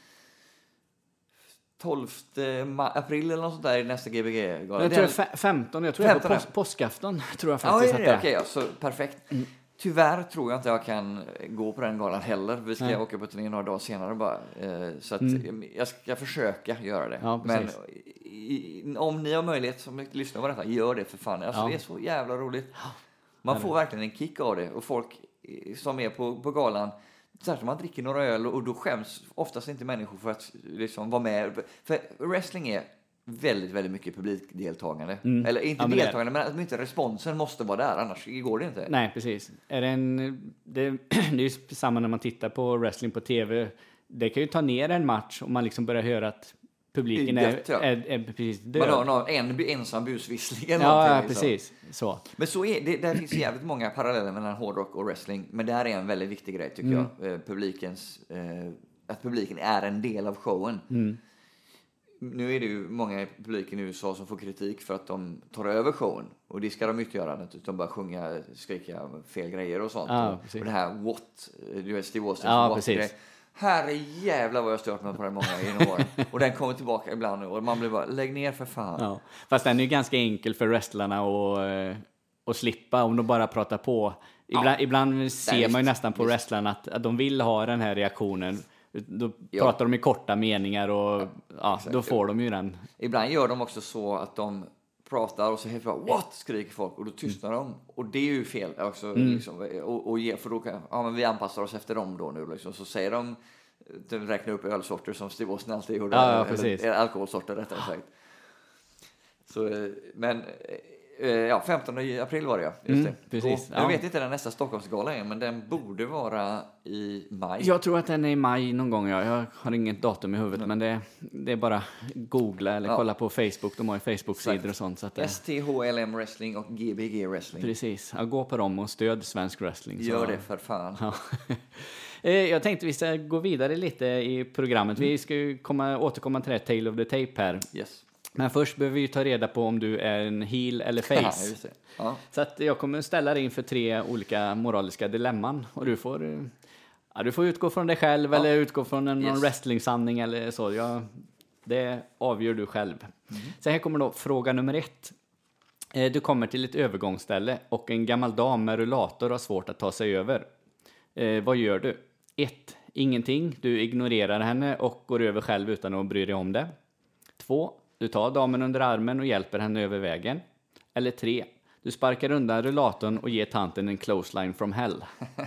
12 april eller något sånt där i nästa Gbg-gala. Jag tror det är 15. Jag tror det är på påskafton. Tror jag faktiskt att det är. Okej, så perfekt. Tyvärr tror jag inte jag kan gå på den galan heller. Vi ska åka på turné några dagar senare bara. Så att jag ska försöka göra det. Ja, men om ni har möjlighet som lyssnar på detta, gör det för fan. Alltså, det är så jävla roligt. Man får verkligen en kick av det. Och folk som är på galan, särskilt om man dricker några öl, och då skäms oftast inte människor för att liksom vara med. För wrestling är väldigt, väldigt mycket publikdeltagande. Eller inte deltagande, men inte responsen måste vara där, annars går det inte. Nej, precis. Det är ju samma när man tittar på wrestling på tv. Det kan ju ta ner en match om man liksom börjar höra att publiken är precis död. Man har en ensam busvissling eller någonting. Precis. Så. Men så är det, där finns jävligt många paralleller mellan hårdrock och wrestling. Men det här är en väldigt viktig grej, tycker jag. Att publiken är en del av showen. nu är det ju många i publiken i USA som får kritik för att de tar över showen. Och det ska de inte göra, utan bara sjunga, skrika fel grejer och sånt. Ja, och det här what, du vet Steve Austin, Ja, what precis. grej. Herre jävlar vad jag stört mig på det många genom åren. Och den kommer tillbaka ibland och man blir bara, lägg ner för fan. Ja. Fast den är ju ganska enkel för wrestlarna att slippa om de bara pratar på. Ibland ser man ju nästan på wrestlarna att de vill ha den här reaktionen. Då pratar de i korta meningar och då får de ju den. Ibland gör de också så att de pratar och så helt bara what skriker folk och då tystnar de och det är ju fel också liksom, för då kan men vi anpassar oss efter dem då nu liksom. Så säger de räknar upp ölsorter som Steve Austin alltid gjorde eller alkoholsorter rättare sagt. Så men 15 april var det just det. Precis. Jag vet inte när nästa Stockholmsgala är, men den borde vara i maj. Jag tror att den är i maj någon gång. Jag har inget datum i huvudet, men det är bara googla eller kolla på Facebook. De har ju Facebook-sidor och sånt. Så att STHLM Wrestling och GBG Wrestling. Precis. Gå på dem och stöd svensk wrestling. Gör det för fan. Ja. Jag tänkte vi ska gå vidare lite i programmet. Vi ska ju återkomma till det Tale of the Tape här. Yes. Men först behöver vi ta reda på om du är en heel eller face. Ja. Så att jag kommer ställa dig inför 3 olika moraliska dilemman. Och du får utgå från dig själv eller utgå från någon wrestling-sanning eller så. Det avgör du själv. Så här kommer då fråga nummer 1. Du kommer till ett övergångsställe och en gammal dam med rullator har svårt att ta sig över. Vad gör du? 1. Ingenting. Du ignorerar henne och går över själv utan att bry dig om det. 2. Du tar damen under armen och hjälper henne över vägen. Eller 3. Du sparkar undan rullatorn och ger tanten en clothesline from hell.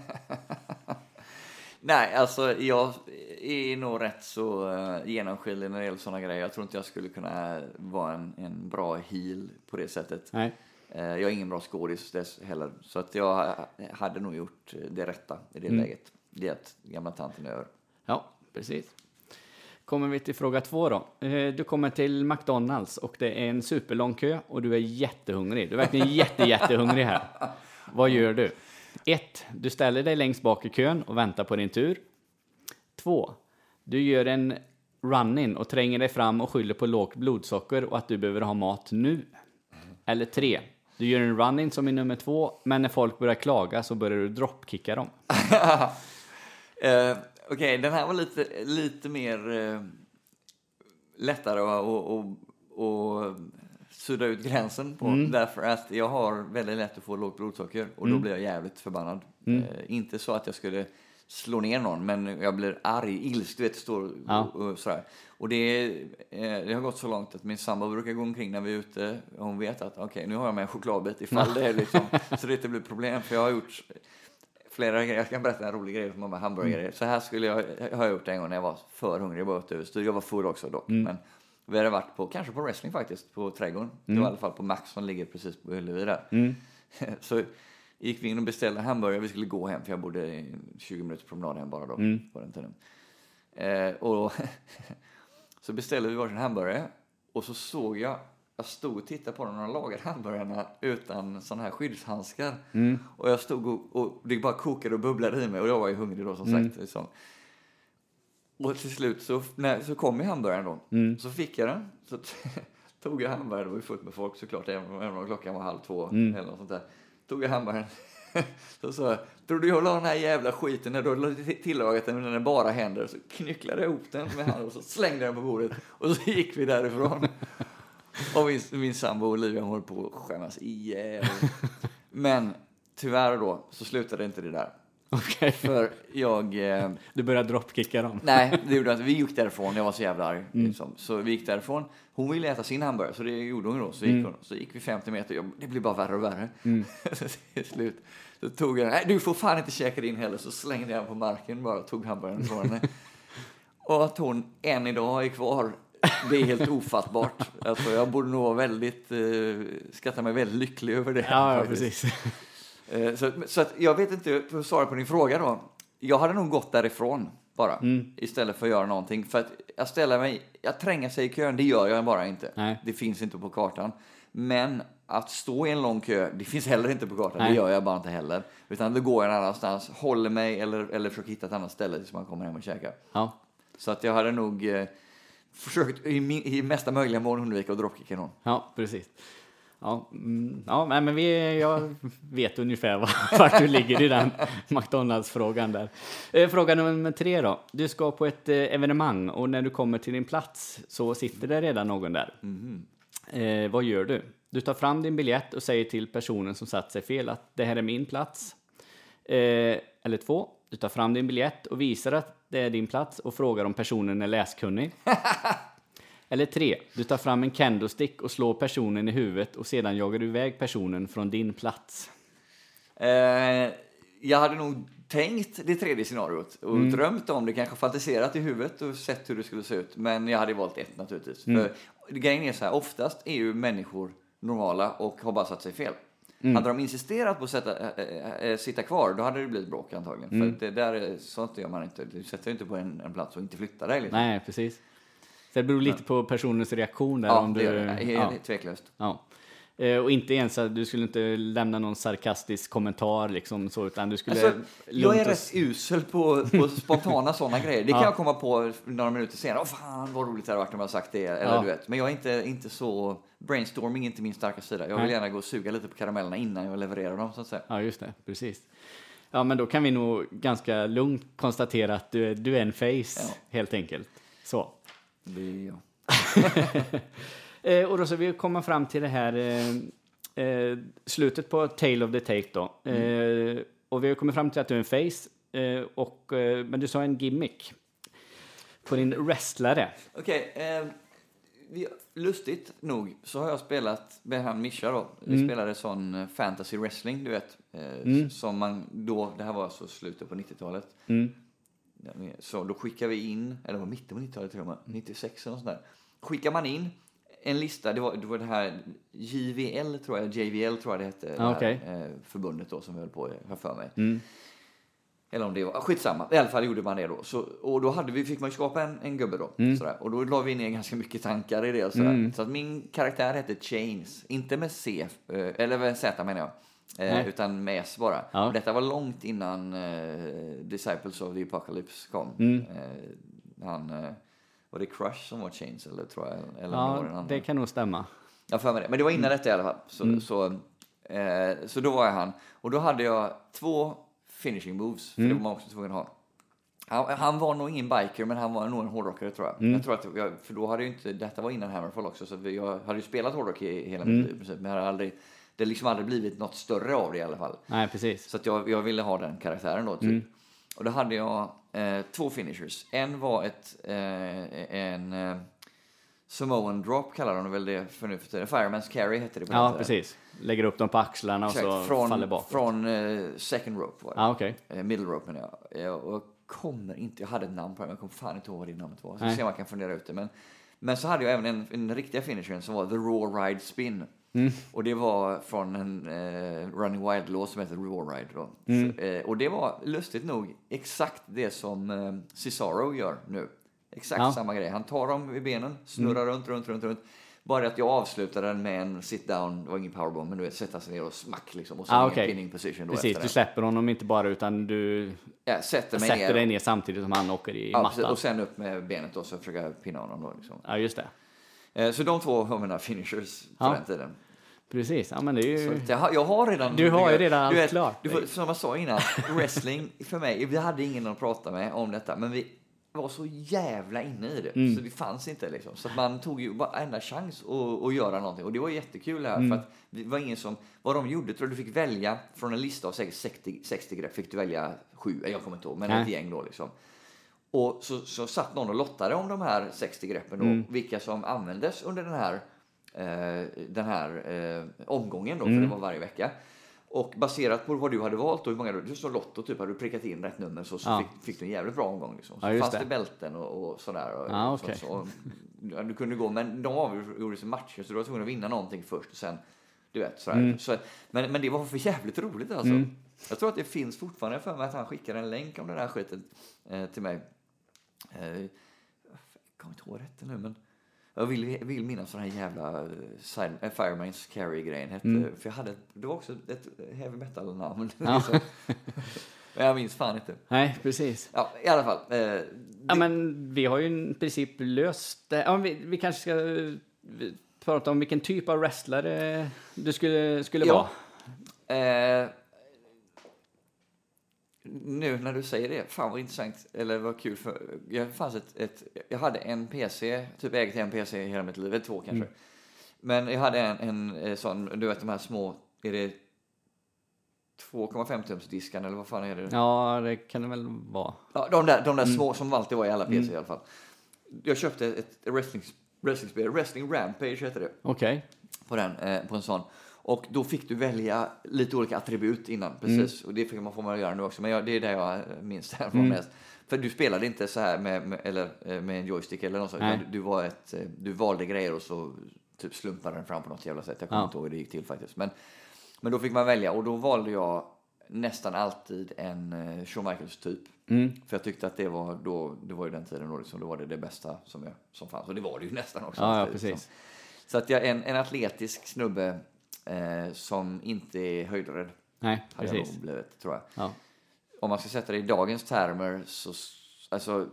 Nej, alltså jag är nog rätt så genomskinlig när det gäller sådana grejer. Jag tror inte jag skulle kunna vara en bra heel på det sättet. Nej. Jag är ingen bra skådis heller. Så att jag hade nog gjort det rätta i det läget. Det är att gamla tanten är över. Ja, precis. Kommer vi till fråga 2 då. Du kommer till McDonalds och det är en superlång kö och du är jättehungrig. Du är verkligen jättehungrig här. Vad gör du? 1. Du ställer dig längst bak i kön och väntar på din tur. 2. Du gör en run-in och tränger dig fram och skyller på lågt blodsocker och att du behöver ha mat nu. Eller 3. Du gör en run-in som är nummer 2, men när folk börjar klaga så börjar du dropkicka dem. Okej, den här var lite mer lättare att sudda ut gränsen på. Därför att jag har väldigt lätt att få lågt blodsocker och då blir jag jävligt förbannad. Inte så att jag skulle slå ner någon, men jag blir arg, ilsk, du vet, står och sådär. Och det har gått så långt att min sambo brukar gå omkring när vi är ute och hon vet att okej, nu har jag med en chokladbit ifall det är liksom, så det inte blir problem. För jag har gjort flera grejer. Jag kan berätta en rolig grej om hamburgare. Så här skulle jag ha gjort en gång när jag var för hungrig bara över. Jag var full också dock. Men vi hade varit kanske på wrestling faktiskt, på Trädgården. Det var i alla fall på Max som ligger precis på Ullevi där. Så gick vi in och beställde hamburgare. Vi skulle gå hem för jag bodde 20 minuter promenad hem bara då på den tiden. Och så beställde vi varsin hamburgare och så såg jag stod och tittade på dem när de lagade hamburgarna utan såna här skyddshandskar. Och jag stod och det bara kokade och bubblade i mig och jag var ju hungrig då som sagt. Liksom. Och till slut så kom ju hamburgaren då. Så fick jag den. Så tog jag hamburgaren, det var ju fullt med folk såklart, även om klockan var 1:30 eller något sånt där. Tog jag hamburgaren. Så sa jag, tror du jag la den här jävla skiten när du hade tillagat den med bara händer? Så knycklade jag ihop den med handen och så slängde den på bordet. Och så gick vi därifrån. Och min sambo Olivia håller på att skämmas ihjäl. Men tyvärr då så slutade inte det där. Okej. För Du började dropkicka dem. Nej, det gjorde jag inte. Vi gick därifrån. Jag var så jävla arg. Liksom. Så vi gick därifrån. Hon ville äta sin hamburgare, så det gjorde hon då. Så gick vi 50 meter. Det blev bara värre och värre. Så till slut så tog jag den. Nej, du får fan inte käka din heller. Så slängde jag på marken bara och tog hamburgaren från henne. Och att hon än idag är kvar, det är helt ofattbart. Alltså, jag borde nog vara skatta mig väldigt lycklig över det. Ja, precis. Så att jag vet inte, för att svara på din fråga då. Jag hade nog gått därifrån bara. Istället för att göra någonting. För att jag tränger sig i kön, det gör jag bara inte. Nej. Det finns inte på kartan. Men att stå i en lång kö, det finns heller inte på kartan. Nej. Det gör jag bara inte heller. Utan då går jag någon annanstans, håller mig eller försöker hitta ett annat ställe tills man kommer hem och käkar. Ja. Så att jag hade nog försökt i mesta möjliga mån undvika att dropkicka någon. Ja, precis. Ja, men jag vet ungefär vart du ligger i den McDonalds-frågan där. Fråga nummer 3 då. Du ska på ett evenemang och när du kommer till din plats så sitter det redan någon där. Vad gör du? Du tar fram din biljett och säger till personen som satt sig fel att det här är min plats. Eller 2. Du tar fram din biljett och visar att det är din plats och frågar om personen är läskunnig. Eller 3. Du tar fram en candlestick och slår personen i huvudet och sedan jagar du iväg personen från din plats. Jag hade nog tänkt det tredje scenariot och drömt om det, kanske fantiserat i huvudet och sett hur det skulle se ut. Men jag hade valt 1 naturligtvis. För grejen är så här, oftast är ju människor normala och har bara satt sig fel. Hade de insisterat på att sitta kvar, då hade det blivit bråk antagligen. För det där, sånt gör man inte. Du sätter inte på en plats och inte flyttar dig. Liksom. Nej, precis. Så det beror lite på personens reaktion där. Ja, om det är helt tveklöst. Ja. Och inte ens att du skulle inte lämna någon sarkastisk kommentar liksom så, utan du skulle... Alltså, jag är rätt usel på spontana sådana grejer. Det kan jag komma på några minuter senare. Fan vad roligt det hade varit om jag sagt det. Eller du vet. Men jag är inte så... Brainstorming är inte min starka sida. Jag vill gärna gå och suga lite på karamellerna innan jag levererar dem, så att säga. Ja, just det. Precis. Ja, men då kan vi nog ganska lugnt konstatera att du är en face, helt enkelt. Så. Det är jag. Och då så vi kommer fram till det här slutet på Tale of the Tape då. Och vi har kommit fram till att du är en face. Men du sa en gimmick på din wrestlare. Okej, lustigt nog så har jag spelat med han Mischa då. Vi spelade sån fantasy wrestling, du vet. Som man då, det här var så slutet på 90-talet. Så då skickar vi in, eller var mitten på 90-talet tror jag, 96 eller sånt där. Skickar man in en lista, det var det här JVL tror jag det hette, det här, förbundet då som vi höll på här för mig. Eller om det var, skitsamma. I alla fall gjorde man det då. Så, och då fick man ju skapa en gubbe då. Sådär. Och då la vi ner ganska mycket tankar i det. Och sådär. Så att min karaktär hette Chains. Inte med C, eller med Z menar jag. Utan med S bara. Ja. Och detta var långt innan Disciples of the Apocalypse kom. Var det Crush som var Chains? Eller tror jag, eller var det, det kan nog stämma. Ja, för mig det. Men det var innan detta i alla fall. Så då var jag han. Och då hade jag 2 finishing moves, för det var man också tvungen att ha. Han var nog ingen biker, men han var nog en hårdrockare tror jag. Jag tror att för då hade ju inte, detta var innan Hammerfall också, så jag hade ju spelat hårdrock i hela mitt liv, men jag hade det liksom aldrig blivit något större av det i alla fall. Nej, precis. Så att jag ville ha den karaktären då typ. Och då hade jag 2 finishers. En var en Samoan drop kallar de väl det för nu för tiden. Fireman's carry hette det på Ja, precis. Lägger upp dem på axlarna och så faller bakåt. Från second rope var det. Ja, okej. Middle rope menar jag. Och jag hade ett namn på det, men jag kommer fan inte ihåg vad det namnet var. Så ser man kan fundera ut det. Men så hade jag även en riktiga finisher som var The Raw Ride Spin. Och det var från en Running Wild-låt som heter Raw Ride då. Och det var lustigt nog exakt det som Cesaro gör nu. Exakt samma grej. Han tar dem i benen, snurrar runt. Bara att jag avslutade den med en sit down, det var ingen powerbomb, men du vet, sätta sig ner och smack liksom. Och så en pinning position då. Precis, du släpper honom inte bara utan du sätter dig ner samtidigt som han åker i mattan. Och sen upp med benet då så försöker jag pinna honom då liksom. Ja, just det. Så de 2 var mina finishers på den tiden. Precis, ja men det är ju... Så jag har redan... Du har ju redan allt klart. Som jag sa innan, wrestling för mig, vi hade ingen att prata med om detta, men vi var så jävla inne i det, så det fanns inte liksom. Så att man tog ju bara enda chans att göra någonting, och det var jättekul här, för att det var ingen som, vad de gjorde, tror du fick välja från en lista av 60 grepp, fick du välja 7, jag kommer inte ihåg, men ett gäng då liksom. Och så satt någon och lottade om de här 60 greppen då, vilka som användes under den här omgången då, för det var varje vecka. Och baserat på vad du hade valt och hur många du så lotto typ hade du prickat in rätt nummer så fick du en jävligt bra omgång liksom. Så fanns det bälten och sådär och så, du kunde gå, men de avgjorde sig matcher så du var tvungen att vinna någonting först och sen du vet sådär. Så, men det var för jävligt roligt alltså. Jag tror att det finns fortfarande för mig att han skickade en länk om den här skiten till mig. Jag kommer inte ihåg rätt nu, men jag vill minnas sån här jävla Fireman's Carry-grejen. För det var också ett heavy metal-namn. Men jag minns fan inte. Nej, precis. Ja, i alla fall. Ja, men vi har ju i princip löst det. Ja, vi kanske ska prata om vilken typ av wrestlare du skulle vara. Nu när du säger det, fan vad intressant, eller vad kul, för jag hade en PC, typ ägt en PC i hela mitt liv, eller 2 kanske. Men jag hade en sån, du vet de här små, är det 2,5 tums diskan eller vad fan är det? Ja, det kan det väl vara. Ja, de där små som alltid var i alla PC i alla fall. Jag köpte ett wrestlingspel, Wrestling Rampage heter det. Okej. På en sån. Och då fick du välja lite olika attribut innan, precis. Och det får man göra nu också, men det är det jag minns härifrån mest. För du spelade inte så här med en joystick eller något sånt, utan du valde grejer och så typ slumpade den fram på något jävla sätt. Jag kommer inte ihåg hur det gick till faktiskt. Men då fick man välja, och då valde jag nästan alltid en Shawn Michaels typ. För jag tyckte att det var ju den tiden då liksom, det var det bästa som fanns. Och det var det ju nästan också. Ja, precis. Så att jag en atletisk snubbe som inte är höjdrädd. Nej, hade precis. jag nog blivit, tror jag. Ja. Om man ska sätta det i dagens termer så, alltså,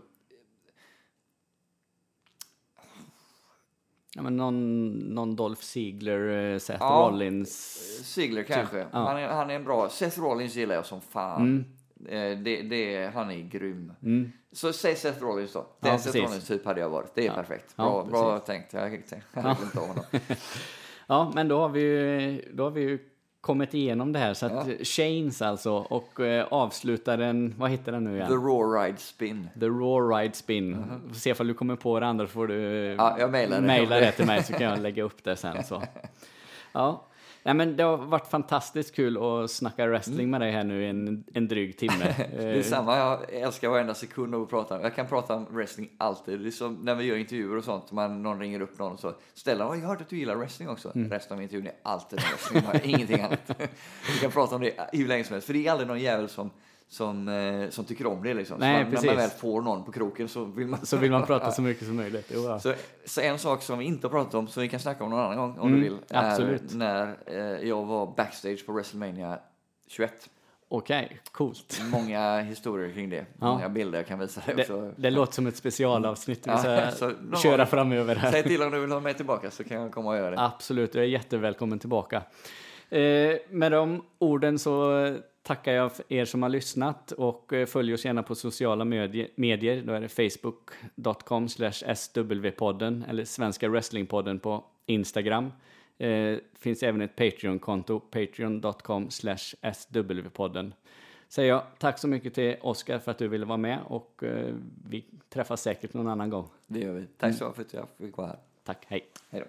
Ja, men någon Dolph Ziggler, Seth Rollins. Ziggler kanske. Ja. Han är en bra. Seth Rollins gillar jag som fan. Han är grym. Så säg Seth Rollins då. Den Seth Rollins typ hade jag varit. Det är perfekt. Bra tänkt. Jag hade inte honom. Ja, men då har vi ju kommit igenom det här. Så att Shanes alltså, och avslutar den, vad heter den nu igen? The Raw Ride Spin. The Raw Ride Spin. Se ifall du kommer på det andra, får du jag mejla det till mig, så kan jag lägga upp det sen. Så. Ja. Nej, men det har varit fantastiskt kul att snacka wrestling med dig här nu en dryg timme. Det är samma, jag älskar varenda sekund att prata om. Jag kan prata om wrestling alltid. Det är som när vi gör intervjuer och sånt, någon ringer upp någon och så ställer jag har hört att du gillar wrestling också. Resten av intervjun är alltid wrestling, ingenting annat. Vi kan prata om det hur länge som helst, för det är aldrig någon jävel som tycker om det liksom. Nej, när man väl får någon på kroken så vill man prata så mycket som möjligt. Så en sak som vi inte har pratat om, som vi kan snacka om någon annan gång om du vill, absolut. Är när jag var backstage på WrestleMania 21. Okej, coolt. Många historier kring det. Många bilder jag kan visa dig också. Det låter som ett specialavsnitt. Köra framöver här. Säg till om du vill ha mig tillbaka, så kan jag komma och göra det. Absolut, du är jättevälkommen tillbaka. Med de orden så tackar jag er som har lyssnat, och följ oss gärna på sociala medier. Då är det facebook.com/swpodden eller Svenska Wrestlingpodden på Instagram. Finns även ett Patreon-konto, patreon.com/swpodden. Säger jag tack så mycket till Oskar för att du ville vara med, och vi träffas säkert någon annan gång. Det gör vi. Tack så mycket för att jag fick vara här. Tack, hej. Hej då.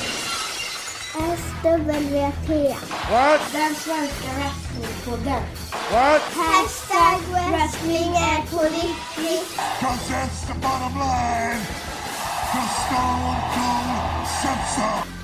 SWP. What? Den svenska wrestlingpodden. What? Hashtag wrestling är på riktigt. 'Cause that's the bottom line. 'Cause Stone Cold said so.